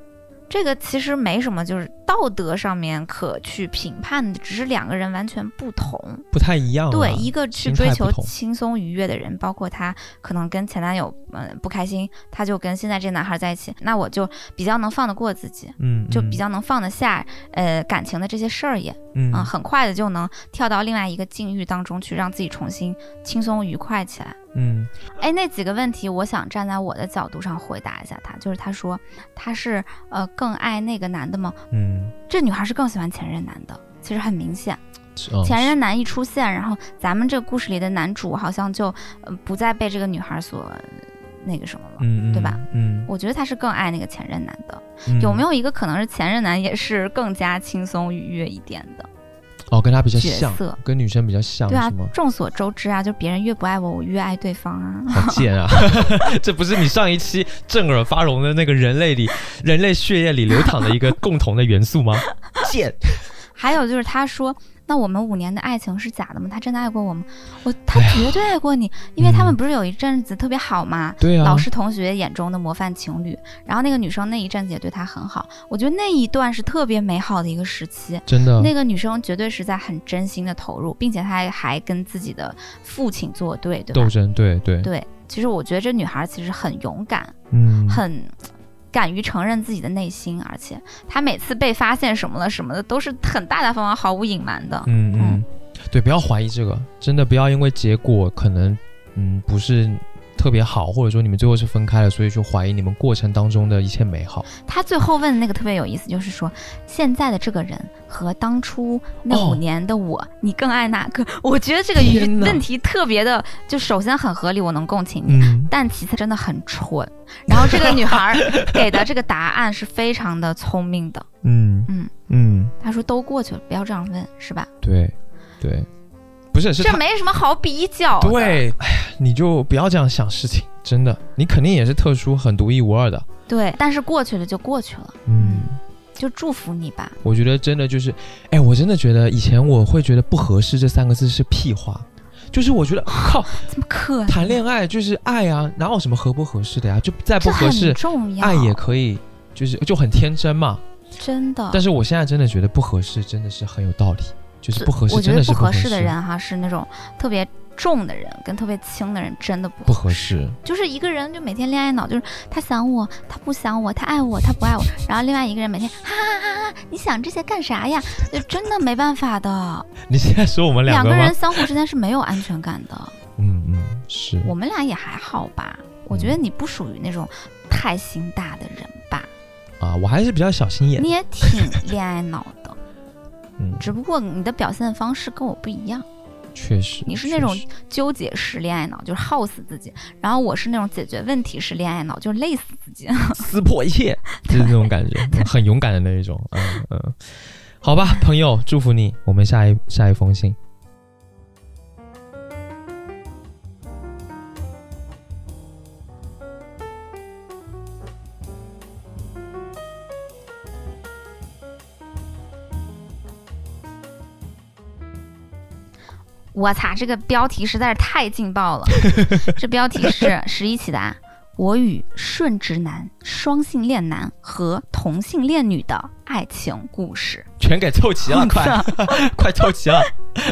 Speaker 1: 这个其实没什么，就是道德上面可去评判的，只是两个人完全不同，
Speaker 2: 不太一样。
Speaker 1: 对，一个去追求轻松愉悦的人，包括他可能跟前男友不开心，他就跟现在这男孩在一起，那我就比较能放得过自己，就比较能放得下感情的这些事儿也，很快的就能跳到另外一个境遇当中去，让自己重新轻松愉快起来。那几个问题我想站在我的角度上回答一下他，就是他说他是更爱那个男的吗？这女孩是更喜欢前任男的，其实很明显。前任男一出现，然后咱们这个故事里的男主好像就不再被这个女孩所那个什么了，对吧？我觉得他是更爱那个前任男的。有没有一个可能是前任男也是更加轻松愉悦一点的？
Speaker 2: 跟他比较像，跟女生比较像，
Speaker 1: 对啊，众所周知啊，就别人越不爱我，我越爱对方啊。
Speaker 2: 好贱啊！这不是你上一期震耳发聋的那个人类血液里流淌的一个共同的元素吗？贱。
Speaker 1: 还有就是他说，那我们5年的爱情是假的吗？他真的爱过我吗？他绝对爱过你，因为他们不是有一阵子特别好吗？
Speaker 2: 对啊，
Speaker 1: 老师同学眼中的模范情侣，然后那个女生那一阵子也对他很好，我觉得那一段是特别美好的一个时期，
Speaker 2: 真的。那
Speaker 1: 个女生绝对是在很真心的投入，并且她还跟自己的父亲作对，对吧？
Speaker 2: 斗争，对。
Speaker 1: 其实我觉得这女孩其实很勇敢，很敢于承认自己的内心，而且她每次被发现什么的都是很大大方方毫无隐瞒的。
Speaker 2: 对，不要怀疑这个，真的不要因为结果可能不是特别好，或者说你们最后是分开了，所以就怀疑你们过程当中的一切美好。
Speaker 1: 他最后问的那个特别有意思，就是说现在的这个人和当初那5年的我，你更爱哪个？我觉得这个问题特别的，就首先很合理，我能共情你，但其次真的很蠢。然后这个女孩给的这个答案是非常的聪明的。她说都过去了，不要这样问，是吧？
Speaker 2: 对，不是
Speaker 1: 这没什么好比较的。
Speaker 2: 对，你就不要这样想事情，真的，你肯定也是特殊、很独一无二的。
Speaker 1: 对，但是过去了就过去了。就祝福你吧。
Speaker 2: 我觉得真的就是，我真的觉得以前我会觉得不合适这3个字是屁话，就是我觉得靠，
Speaker 1: 怎么可能？
Speaker 2: 谈恋爱就是爱啊，哪有什么合不合适的呀？就再不合适，爱也可以，就很天真嘛。
Speaker 1: 真的。
Speaker 2: 但是我现在真的觉得不合适真的是很有道理。就是不合适，
Speaker 1: 我觉得不合适的人哈，是那种特别重的人跟特别轻的人真的不合适。就是一个人就每天恋爱脑，就是他想我，他不想我，他爱我，他不爱我。然后另外一个人每天哈哈哈哈，你想这些干啥呀？就真的没办法的。
Speaker 2: 你现在说我们两
Speaker 1: 个人相互之间是没有安全感的。是。我们俩也还好吧？我觉得你不属于那种太心大的人吧？
Speaker 2: 我还是比较小心眼。
Speaker 1: 你也挺恋爱脑的。只不过你的表现方式跟我不一样。
Speaker 2: 确实，
Speaker 1: 你是那种纠结式恋爱脑，就是耗死自己，然后我是那种解决问题式恋爱脑，就是累死自己，
Speaker 2: 撕破一切，就是那种感觉，很勇敢的那一种。好吧，朋友，祝福你。我们下一封信。
Speaker 1: 我擦，这个标题实在是太劲爆了。这标题是11起的我与顺直男、双性恋男和同性恋女的爱情故事，
Speaker 2: 全给凑齐了，快凑齐了。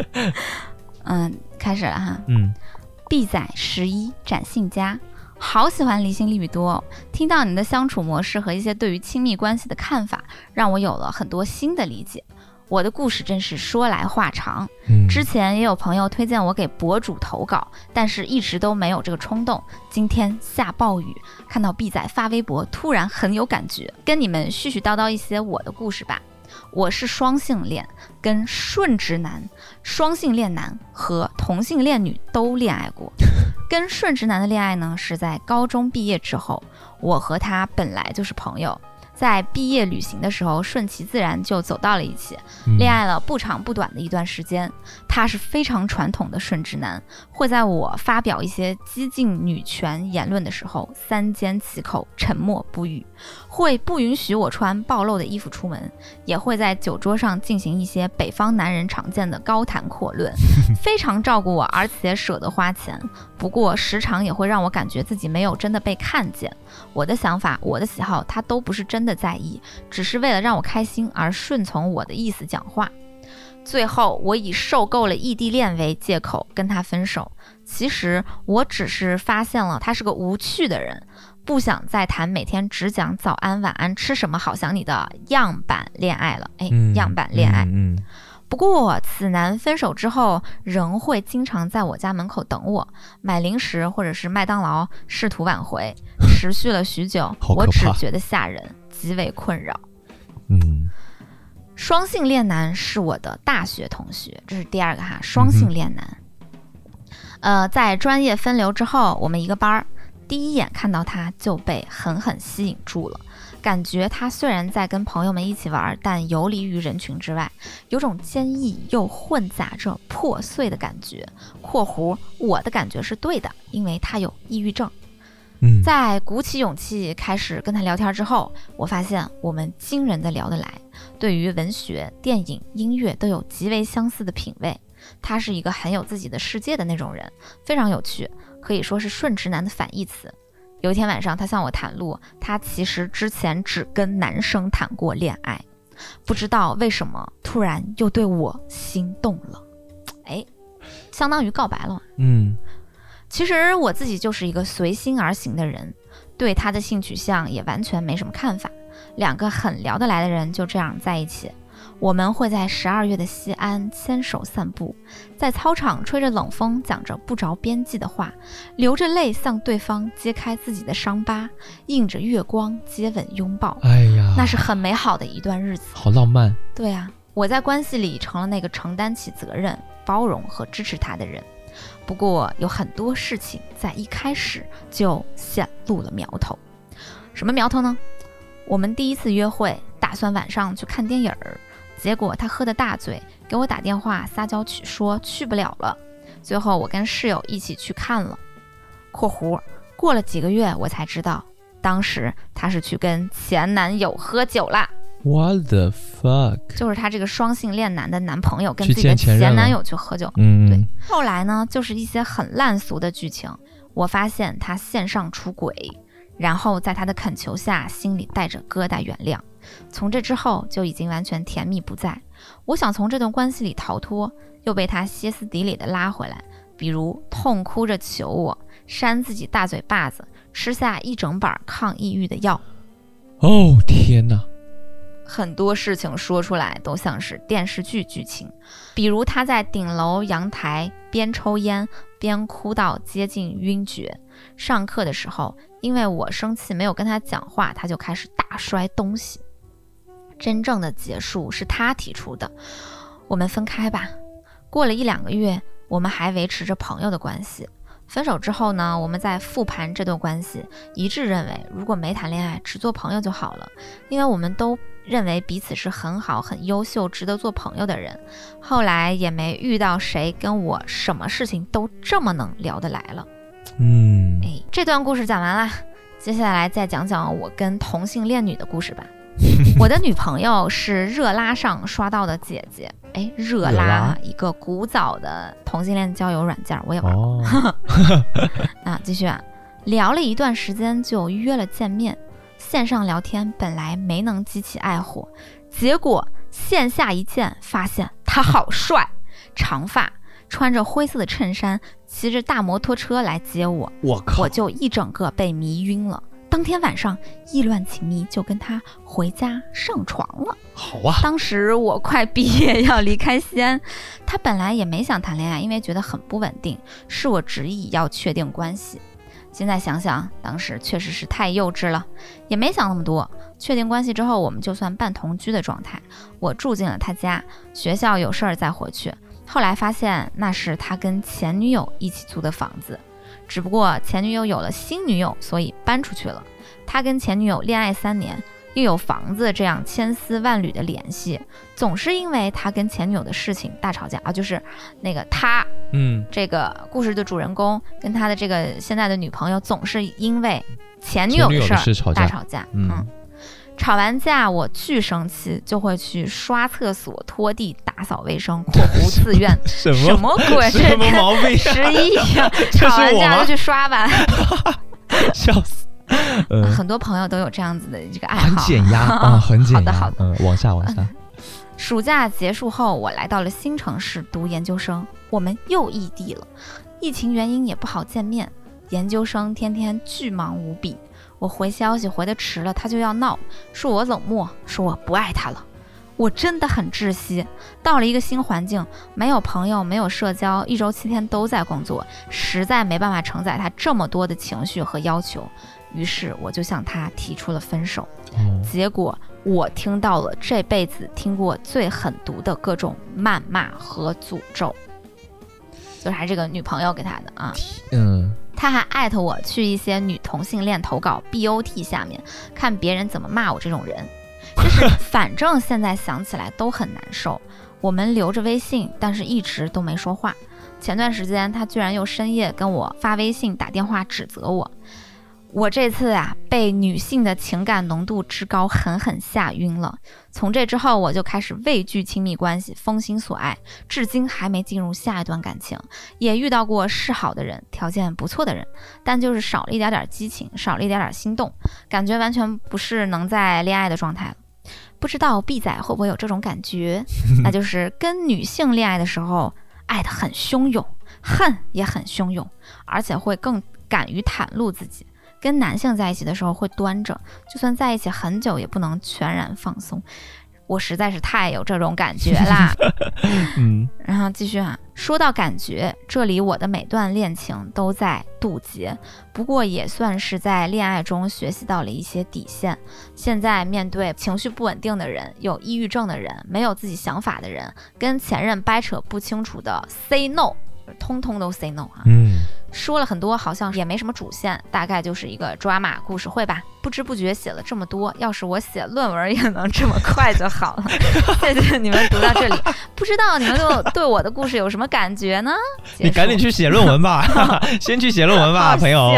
Speaker 1: 开始了哈。B 仔11展信佳，好喜欢离心力语多哦。听到你的相处模式和一些对于亲密关系的看法，让我有了很多新的理解。我的故事真是说来话长，之前也有朋友推荐我给博主投稿，但是一直都没有这个冲动。今天下暴雨，看到 B 仔发微博，突然很有感觉，跟你们絮絮叨叨一些我的故事吧。我是双性恋，跟顺直男、双性恋男和同性恋女都恋爱过。跟顺直男的恋爱呢，是在高中毕业之后，我和他本来就是朋友。在毕业旅行的时候，顺其自然就走到了一起，恋爱了不长不短的一段时间。他是非常传统的顺直男，会在我发表一些激进女权言论的时候三缄其口，沉默不语，会不允许我穿暴露的衣服出门，也会在酒桌上进行一些北方男人常见的高谈阔论，非常照顾我，而且舍得花钱。不过时常也会让我感觉自己没有真的被看见，我的想法、我的喜好他都不是真的在意，只是为了让我开心而顺从我的意思讲话。最后我以受够了异地恋为借口跟他分手，其实我只是发现了他是个无趣的人，不想再谈每天只讲早安晚安吃什么好想你的样板恋爱了。样板恋爱。不过此男分手之后仍会经常在我家门口等我，买零食或者是麦当劳，试图挽回，持续了许久。我只觉得吓人，极为困扰。双性恋男是我的大学同学，这是第二个哈，双性恋男。在专业分流之后，我们一个班，第一眼看到他就被狠狠吸引住了。感觉他虽然在跟朋友们一起玩，但游离于人群之外，有种坚毅又混杂着破碎的感觉。括弧我的感觉是对的，因为他有抑郁症。在鼓起勇气开始跟他聊天之后，我发现我们惊人的聊得来，对于文学、电影、音乐都有极为相似的品味。他是一个很有自己的世界的那种人，非常有趣，可以说是顺直男的反义词。有一天晚上，他向我袒露，他其实之前只跟男生谈过恋爱，不知道为什么突然又对我心动了。相当于告白了。其实我自己就是一个随心而行的人，对他的性取向也完全没什么看法。两个很聊得来的人就这样在一起。我们会在12月的西安牵手散步，在操场吹着冷风，讲着不着边际的话，流着泪向对方揭开自己的伤疤，映着月光接吻拥抱。那是很美好的一段日子，
Speaker 2: 好浪漫。
Speaker 1: 对啊，我在关系里成了那个承担起责任、包容和支持他的人。不过有很多事情在一开始就显露了苗头。什么苗头呢？我们第一次约会打算晚上去看电影，结果他喝得大醉，给我打电话撒娇说去不了了。最后我跟室友一起去看了。括弧过了几个月我才知道，当时他是去跟前男友喝酒啦。
Speaker 2: What the fuck？
Speaker 1: 就是他这个双性恋男的男朋友跟自己的前男友去喝酒。对。后来呢，就是一些很烂俗的剧情。我发现他线上出轨，然后在他的恳求下，心里带着疙瘩原谅。从这之后就已经完全甜蜜不再。我想从这段关系里逃脱，又被他歇斯底里的拉回来，比如痛哭着求我，扇自己大嘴巴子，吃下一整板抗抑郁的药。
Speaker 2: 天哪！
Speaker 1: 很多事情说出来都像是电视剧剧情，比如他在顶楼阳台边抽烟边哭到接近晕厥。上课的时候，因为我生气没有跟他讲话，他就开始大摔东西。真正的结束是他提出的，我们分开吧。过了1-2个月，我们还维持着朋友的关系。分手之后呢，我们在复盘这段关系，一致认为如果没谈恋爱，只做朋友就好了，因为我们都认为彼此是很好、很优秀、值得做朋友的人。后来也没遇到谁跟我什么事情都这么能聊得来了。这段故事讲完了，接下来再讲讲我跟同性恋女的故事吧。我的女朋友是热拉上刷到的姐姐。热拉一个古早的同性恋交友软件，我也玩过。继续聊了一段时间就约了见面。线上聊天本来没能激起爱火，结果线下一见发现他好帅，长发，穿着灰色的衬衫，骑着大摩托车来接我。我就一整个被迷晕了。当天晚上意乱情迷，就跟他回家上床了。
Speaker 2: 好啊！
Speaker 1: 当时我快毕业要离开西安，他本来也没想谈恋爱，因为觉得很不稳定，是我执意要确定关系。现在想想，当时确实是太幼稚了，也没想那么多。确定关系之后，我们就算半同居的状态。我住进了他家，学校有事儿再回去。后来发现那是他跟前女友一起租的房子。只不过前女友有了新女友，所以搬出去了。他跟前女友恋爱3年，又有房子，这样千丝万缕的联系，总是因为他跟前女友的事情大吵架就是那个他，这个故事的主人公跟他的这个现在的女朋友，总是因为前女友的事大吵架。吵完架我巨生气，就会去刷厕所、拖地、打扫卫生（括弧自愿）什么鬼？
Speaker 2: 什么毛病？
Speaker 1: 11样，吵完架就去刷吧。
Speaker 2: 笑死！
Speaker 1: 很多朋友都有这样子的这个爱好，
Speaker 2: 很减压啊，很减压。
Speaker 1: 好的，
Speaker 2: 往下。
Speaker 1: 暑假结束后，我来到了新城市读研究生，我们又异地了，疫情原因也不好见面。研究生天天巨忙无比，我回消息回得迟了，他就要闹，说我冷漠，说我不爱他了。我真的很窒息，到了一个新环境，没有朋友，没有社交，一周7天都在工作，实在没办法承载他这么多的情绪和要求，于是我就向他提出了分手。结果我听到了这辈子听过最狠毒的各种谩骂和诅咒，就是还这个女朋友给他的啊。他还艾特我去一些女同性恋投稿 BOT 下面看别人怎么骂我这种人，就是反正现在想起来都很难受。我们留着微信，但是一直都没说话。前段时间他居然又深夜跟我发微信打电话指责我。我这次被女性的情感浓度之高狠狠吓晕了。从这之后我就开始畏惧亲密关系，封心所爱，至今还没进入下一段感情。也遇到过示好的人，条件不错的人，但就是少了一点点激情，少了一点点心动，感觉完全不是能在恋爱的状态了。不知道 B 仔会不会有这种感觉？那就是跟女性恋爱的时候爱得很汹涌，恨也很汹涌，而且会更敢于袒露自己。跟男性在一起的时候会端着，就算在一起很久也不能全然放松。我实在是太有这种感觉啦。然后继续说到感觉，这里我的每段恋情都在渡劫，不过也算是在恋爱中学习到了一些底线。现在面对情绪不稳定的人，有抑郁症的人，没有自己想法的人，跟前任掰扯不清楚的 say no， 通通都 say no 说了很多，好像也没什么主线，大概就是一个 drama 故事会吧。不知不觉写了这么多，要是我写论文也能这么快就好了。谢谢你们读到这里，不知道你们对我的故事有什么感觉呢？
Speaker 2: 你赶紧去写论文吧，先去写论文吧，朋友。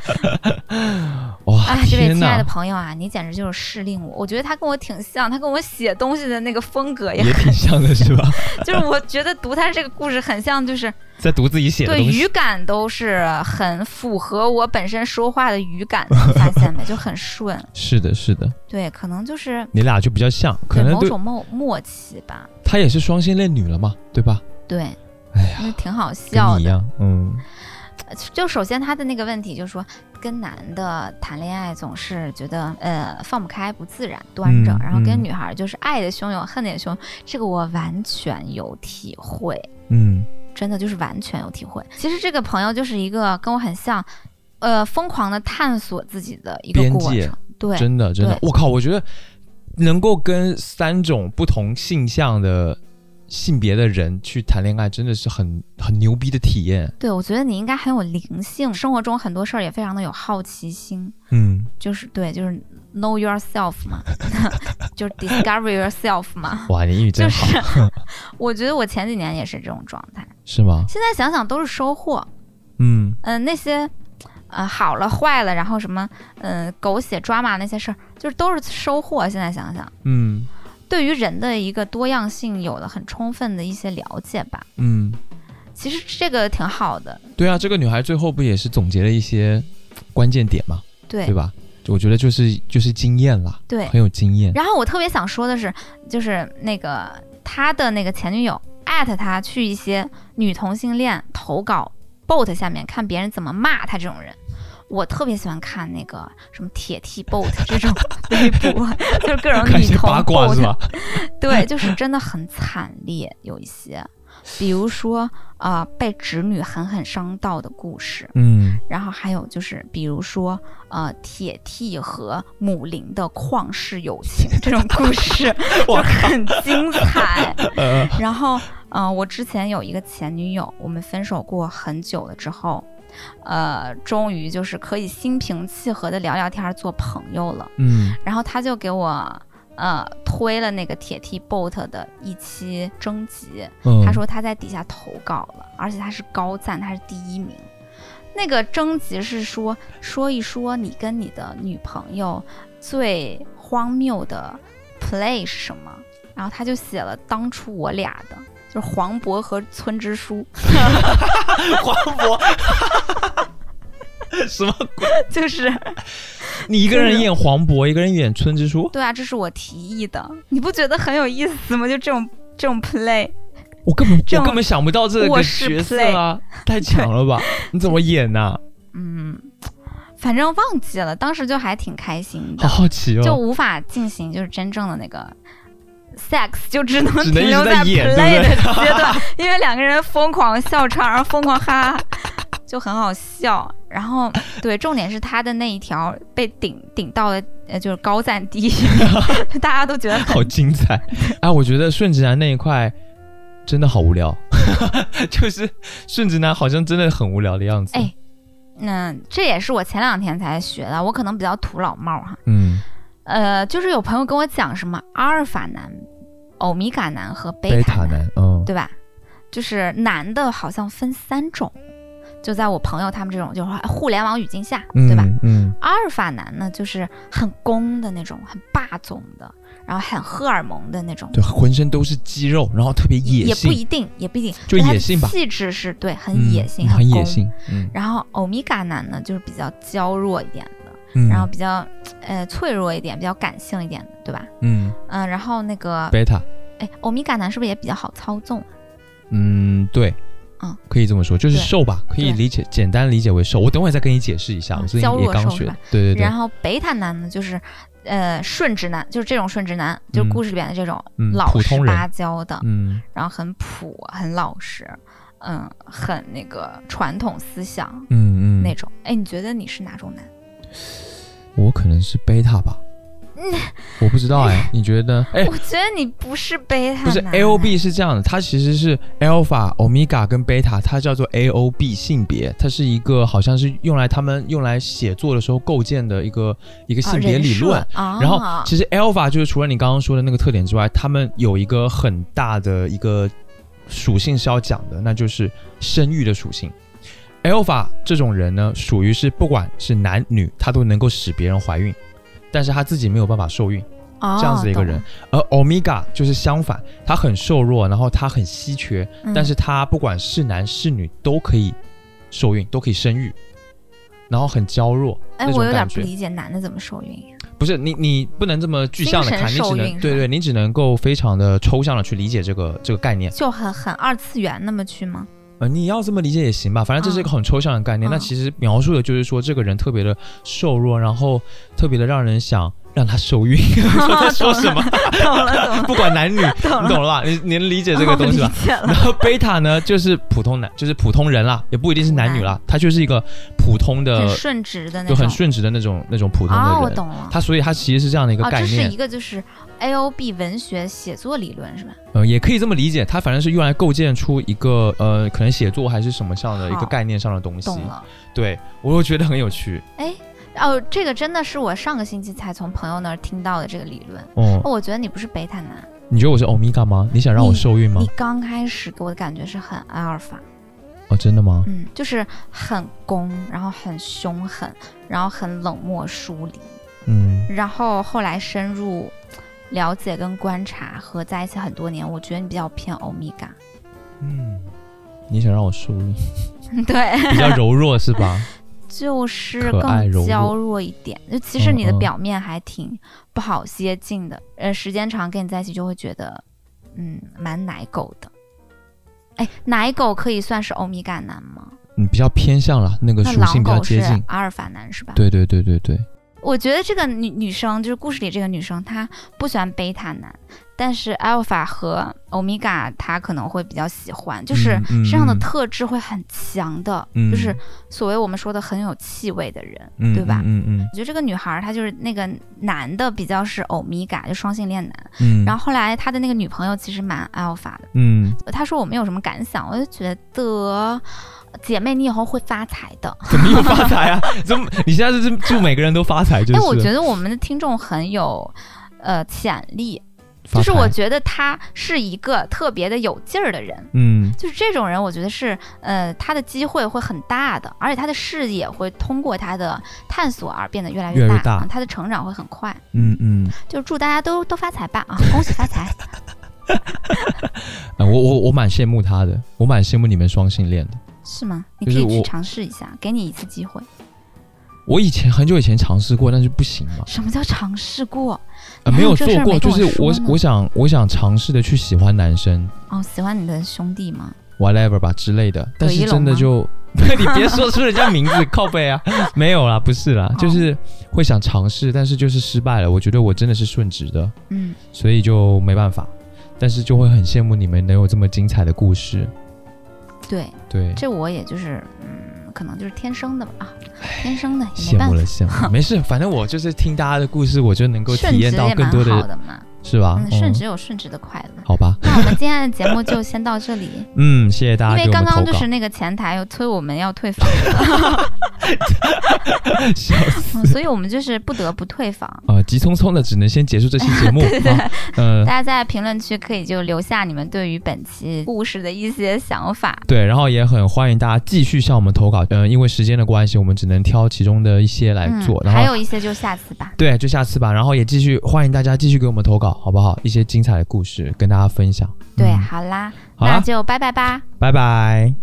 Speaker 2: 哇，
Speaker 1: 这位亲爱的朋友你简直就是适令我。我觉得他跟我挺像，他跟我写东西的那个风格也
Speaker 2: 挺像的，是吧？
Speaker 1: 就是我觉得读他这个故事很像，就是
Speaker 2: 在读自己写的东西，
Speaker 1: 对，语感都是很符合我本身说话的语感，你发现没？就很顺。
Speaker 2: 是的，是的。
Speaker 1: 对，可能就是
Speaker 2: 你俩就比较像，可能
Speaker 1: 某种默契吧。
Speaker 2: 她也是双性恋女了嘛，对吧？
Speaker 1: 对，
Speaker 2: 哎呀，
Speaker 1: 挺好笑的。
Speaker 2: 跟你一样，
Speaker 1: 就首先他的那个问题就是说，跟男的谈恋爱总是觉得放不开、不自然、端着，然后跟女孩就是爱的汹涌、恨的也汹涌，这个我完全有体会。真的就是完全有体会。其实这个朋友就是一个跟我很像，疯狂的探索自己的一个过程。对，
Speaker 2: 真的，我靠，我觉得能够跟3种不同性向的性别的人去谈恋爱，真的是很牛逼的体验。
Speaker 1: 对，我觉得你应该很有灵性，生活中很多事儿也非常的有好奇心。就是对，就是 know yourself 嘛，就是 discover yourself 嘛。
Speaker 2: 哇，你英语真好。
Speaker 1: 就是我觉得我前几年也是这种状态。
Speaker 2: 是吗？
Speaker 1: 现在想想都是收获。那些好了坏了，然后什么狗血drama那些事儿，就是都是收获。现在想想，对于人的一个多样性有了很充分的一些了解吧。其实这个挺好的。
Speaker 2: 对啊，这个女孩最后不也是总结了一些关键点吗？对吧？我觉得就是经验啦，
Speaker 1: 对，
Speaker 2: 很有经验。
Speaker 1: 然后我特别想说的是，就是那个他的那个前女友艾特他去一些女同性恋投稿 bot 下面看别人怎么骂他这种人。我特别喜欢看那个什么铁 T bot 这种微博，就是各种女同 bot
Speaker 2: 是吧？
Speaker 1: 对，就是真的很惨烈，有一些，比如说被侄女狠狠伤到的故事，然后还有就是比如说铁 T 和母林的旷世友情这种故事就很精彩。然后我之前有一个前女友，我们分手过很久了之后。终于就是可以心平气和的聊聊天做朋友了。然后他就给我推了那个铁 T bot 的一期征集，他说他在底下投稿了，而且他是高赞，他是第1名。那个征集是说一说你跟你的女朋友最荒谬的 play 是什么，然后他就写了当初我俩的。就是黄渤和村支书。
Speaker 2: 黄渤什么鬼？
Speaker 1: 就是
Speaker 2: 你一个人演黄渤，一个人演村支书。
Speaker 1: 对啊，这是我提议的，你不觉得很有意思吗？就这种 play，
Speaker 2: 我根本想不到这个角色啊，太强了吧？你怎么演啊？
Speaker 1: 反正忘记了，当时就还挺开心的，
Speaker 2: 好好奇哦，
Speaker 1: 就无法进行就是真正的那个 sex， 就只能停
Speaker 2: 留
Speaker 1: 在
Speaker 2: play
Speaker 1: 的阶段，因为两个人疯狂笑场，然后疯狂哈哈，就很好笑。然后对，重点是他的那一条被顶到了就是高赞第一名，大家都觉得
Speaker 2: 好精彩啊！我觉得顺直男那一块真的好无聊，就是顺直男好像真的很无聊的样子。
Speaker 1: 这也是我前2天才学的，我可能比较土老帽哈。就是有朋友跟我讲什么阿尔法男、欧米伽男和贝塔男，对吧？就是男的好像分3种，就在我朋友他们这种就是互联网语境下，对吧？阿尔法男呢，就是很攻的那种，很霸总的，然后很荷尔蒙的那种，
Speaker 2: 对，浑身都是肌肉，然后特别野性，
Speaker 1: 也不一定，
Speaker 2: 就野性吧，
Speaker 1: 气质是对，很野性，
Speaker 2: 很野性。
Speaker 1: 然后欧米伽男呢，就是比较娇弱一点的，然后比较脆弱一点，比较感性一点的，对吧？然后那个
Speaker 2: 贝塔，
Speaker 1: 欧米伽男是不是也比较好操纵？
Speaker 2: 对。可以这么说，就是瘦吧，可以理解，简单理解为瘦。我等会再跟你解释一下，我最近也刚学。对。
Speaker 1: 然后贝塔男呢，就是顺直男，就是这种顺直男，就是故事里边的这种老实巴交的，然后很朴，很老实，很那个传统思想，那种。你觉得你是哪种男？
Speaker 2: 我可能是贝塔吧。我不知道你觉得？
Speaker 1: 我觉得你不是贝塔，
Speaker 2: 不是 AOB 是这样的，它其实是 Alpha、Omega 跟贝塔，它叫做 AOB 性别，它是一个好像是他们用来写作的时候构建的一个性别理论。然后其实 Alpha 就是除了你刚刚说的那个特点之外，他们有一个很大的一个属性是要讲的，那就是生育的属性。Alpha 这种人呢，属于是不管是男女，他都能够使别人怀孕。但是他自己没有办法受孕，这样子的一个人。而 Omega 就是相反，他很瘦弱，然后他很稀缺，但是他不管是男是女都可以受孕，都可以生育，然后很娇弱。
Speaker 1: 我有点不理解男的怎么受孕呀？
Speaker 2: 不是你不能这么具象的看，你只能对，你只能够非常的抽象的去理解这个概念，
Speaker 1: 就很2次元那么去吗？
Speaker 2: 你要这么理解也行吧，反正这是一个很抽象的概念。那其实描述的就是说，这个人特别的瘦弱，然后特别的让人想让他受孕。在说什么？
Speaker 1: 懂了。不
Speaker 2: 管男女，你懂了吧？你能理解这个东西吧？然后贝塔呢，就是普通男，就是普通人啦，也不一定是男女啦，他就是一个普通的、
Speaker 1: 很顺直的那种，
Speaker 2: 就很顺直的那种普通的人。
Speaker 1: 我懂了。
Speaker 2: 所以他其实是这样的一个概念。
Speaker 1: 这是一个就是 AOB 文学写作理论是吧？
Speaker 2: 也可以这么理解，它反正是用来构建出一个可能写作还是什么上的一个概念上的东西。
Speaker 1: 懂了。
Speaker 2: 对，我又觉得很有趣。
Speaker 1: 这个真的是我上个星期才从朋友那儿听到的这个理论。我觉得你不是贝塔男。
Speaker 2: 你觉得我是欧米伽吗？你想让我受孕吗？
Speaker 1: 你刚开始给我的感觉是很阿尔法。
Speaker 2: 真的吗？
Speaker 1: 就是很攻，然后很凶狠，然后很冷漠疏离。然后后来深入了解跟观察和在一起很多年，我觉得你比较偏欧米伽。
Speaker 2: 你想让我受孕？
Speaker 1: 对，
Speaker 2: 比较柔弱是吧？
Speaker 1: 就是更娇弱一点。就其实你的表面还挺不好接近的，时间长跟你在一起就会觉得，蛮奶狗的。奶狗可以算是欧米伽男吗？
Speaker 2: 比较偏向了，那个属性比较接近。
Speaker 1: 狼狗是阿尔法男是吧？
Speaker 2: 对。
Speaker 1: 我觉得这个女生就是故事里这个女生，她不喜欢贝塔男，但是 Alpha 和 Omega 她可能会比较喜欢，就是身上的特质会很强的，就是所谓我们说的很有气味的人，对吧？我觉得这个女孩她就是那个男的比较是 Omega， 就双性恋男，然后后来她的那个女朋友其实蛮 Alpha 的，她说我没有什么感想，我就觉得。姐妹，你以后会发财的。
Speaker 2: 怎么又发财啊？你现在是祝每个人都发财？
Speaker 1: 我觉得我们的听众很有潜力，就是我觉得他是一个特别的有劲儿的人。就是这种人，我觉得是他的机会会很大的，而且他的视野会通过他的探索而变得越来越大，他的成长会很快。就祝大家都发财吧啊！恭喜发财。
Speaker 2: 我蛮羡慕他的，我蛮羡慕你们双性恋的。
Speaker 1: 是吗？你可以去尝试一下，给你一次机会。
Speaker 2: 我很久以前尝试过，但是不行嘛。
Speaker 1: 什么叫尝试过？
Speaker 2: 没有做过，就是我想尝试的去喜欢男生。
Speaker 1: 喜欢你的兄弟吗
Speaker 2: ？whatever 吧之类的，但是真的就你别说出人家名字靠背啊，没有啦，不是啦，就是会想尝试，但是就是失败了。我觉得我真的是顺直的，所以就没办法。但是就会很羡慕你们能有这么精彩的故事。对，
Speaker 1: 这我也就是可能就是天生的吧天生的也没办法。
Speaker 2: 羡慕了，没事，反正我就是听大家的故事，我就能够体验到更多
Speaker 1: 的嘛，
Speaker 2: 是吧？
Speaker 1: 顺直有顺直的快乐。
Speaker 2: 好吧，
Speaker 1: 那我们今天的节目就先到这里。
Speaker 2: 谢谢大家。
Speaker 1: 因为刚刚就是那个前台又催我们要退房
Speaker 2: 笑死
Speaker 1: 所以我们就是不得不退房
Speaker 2: 急匆匆的只能先结束这期节目。
Speaker 1: 大家在评论区可以就留下你们对于本期故事的一些想法。
Speaker 2: 对，然后也很欢迎大家继续向我们投稿。因为时间的关系，我们只能挑其中的一些来做，然后
Speaker 1: 还有一些就下次吧。
Speaker 2: 对，就下次吧。然后也继续欢迎大家继续给我们投稿，好不好？一些精彩的故事跟大家分享。
Speaker 1: 对，好啦，那就拜拜吧，
Speaker 2: 拜拜。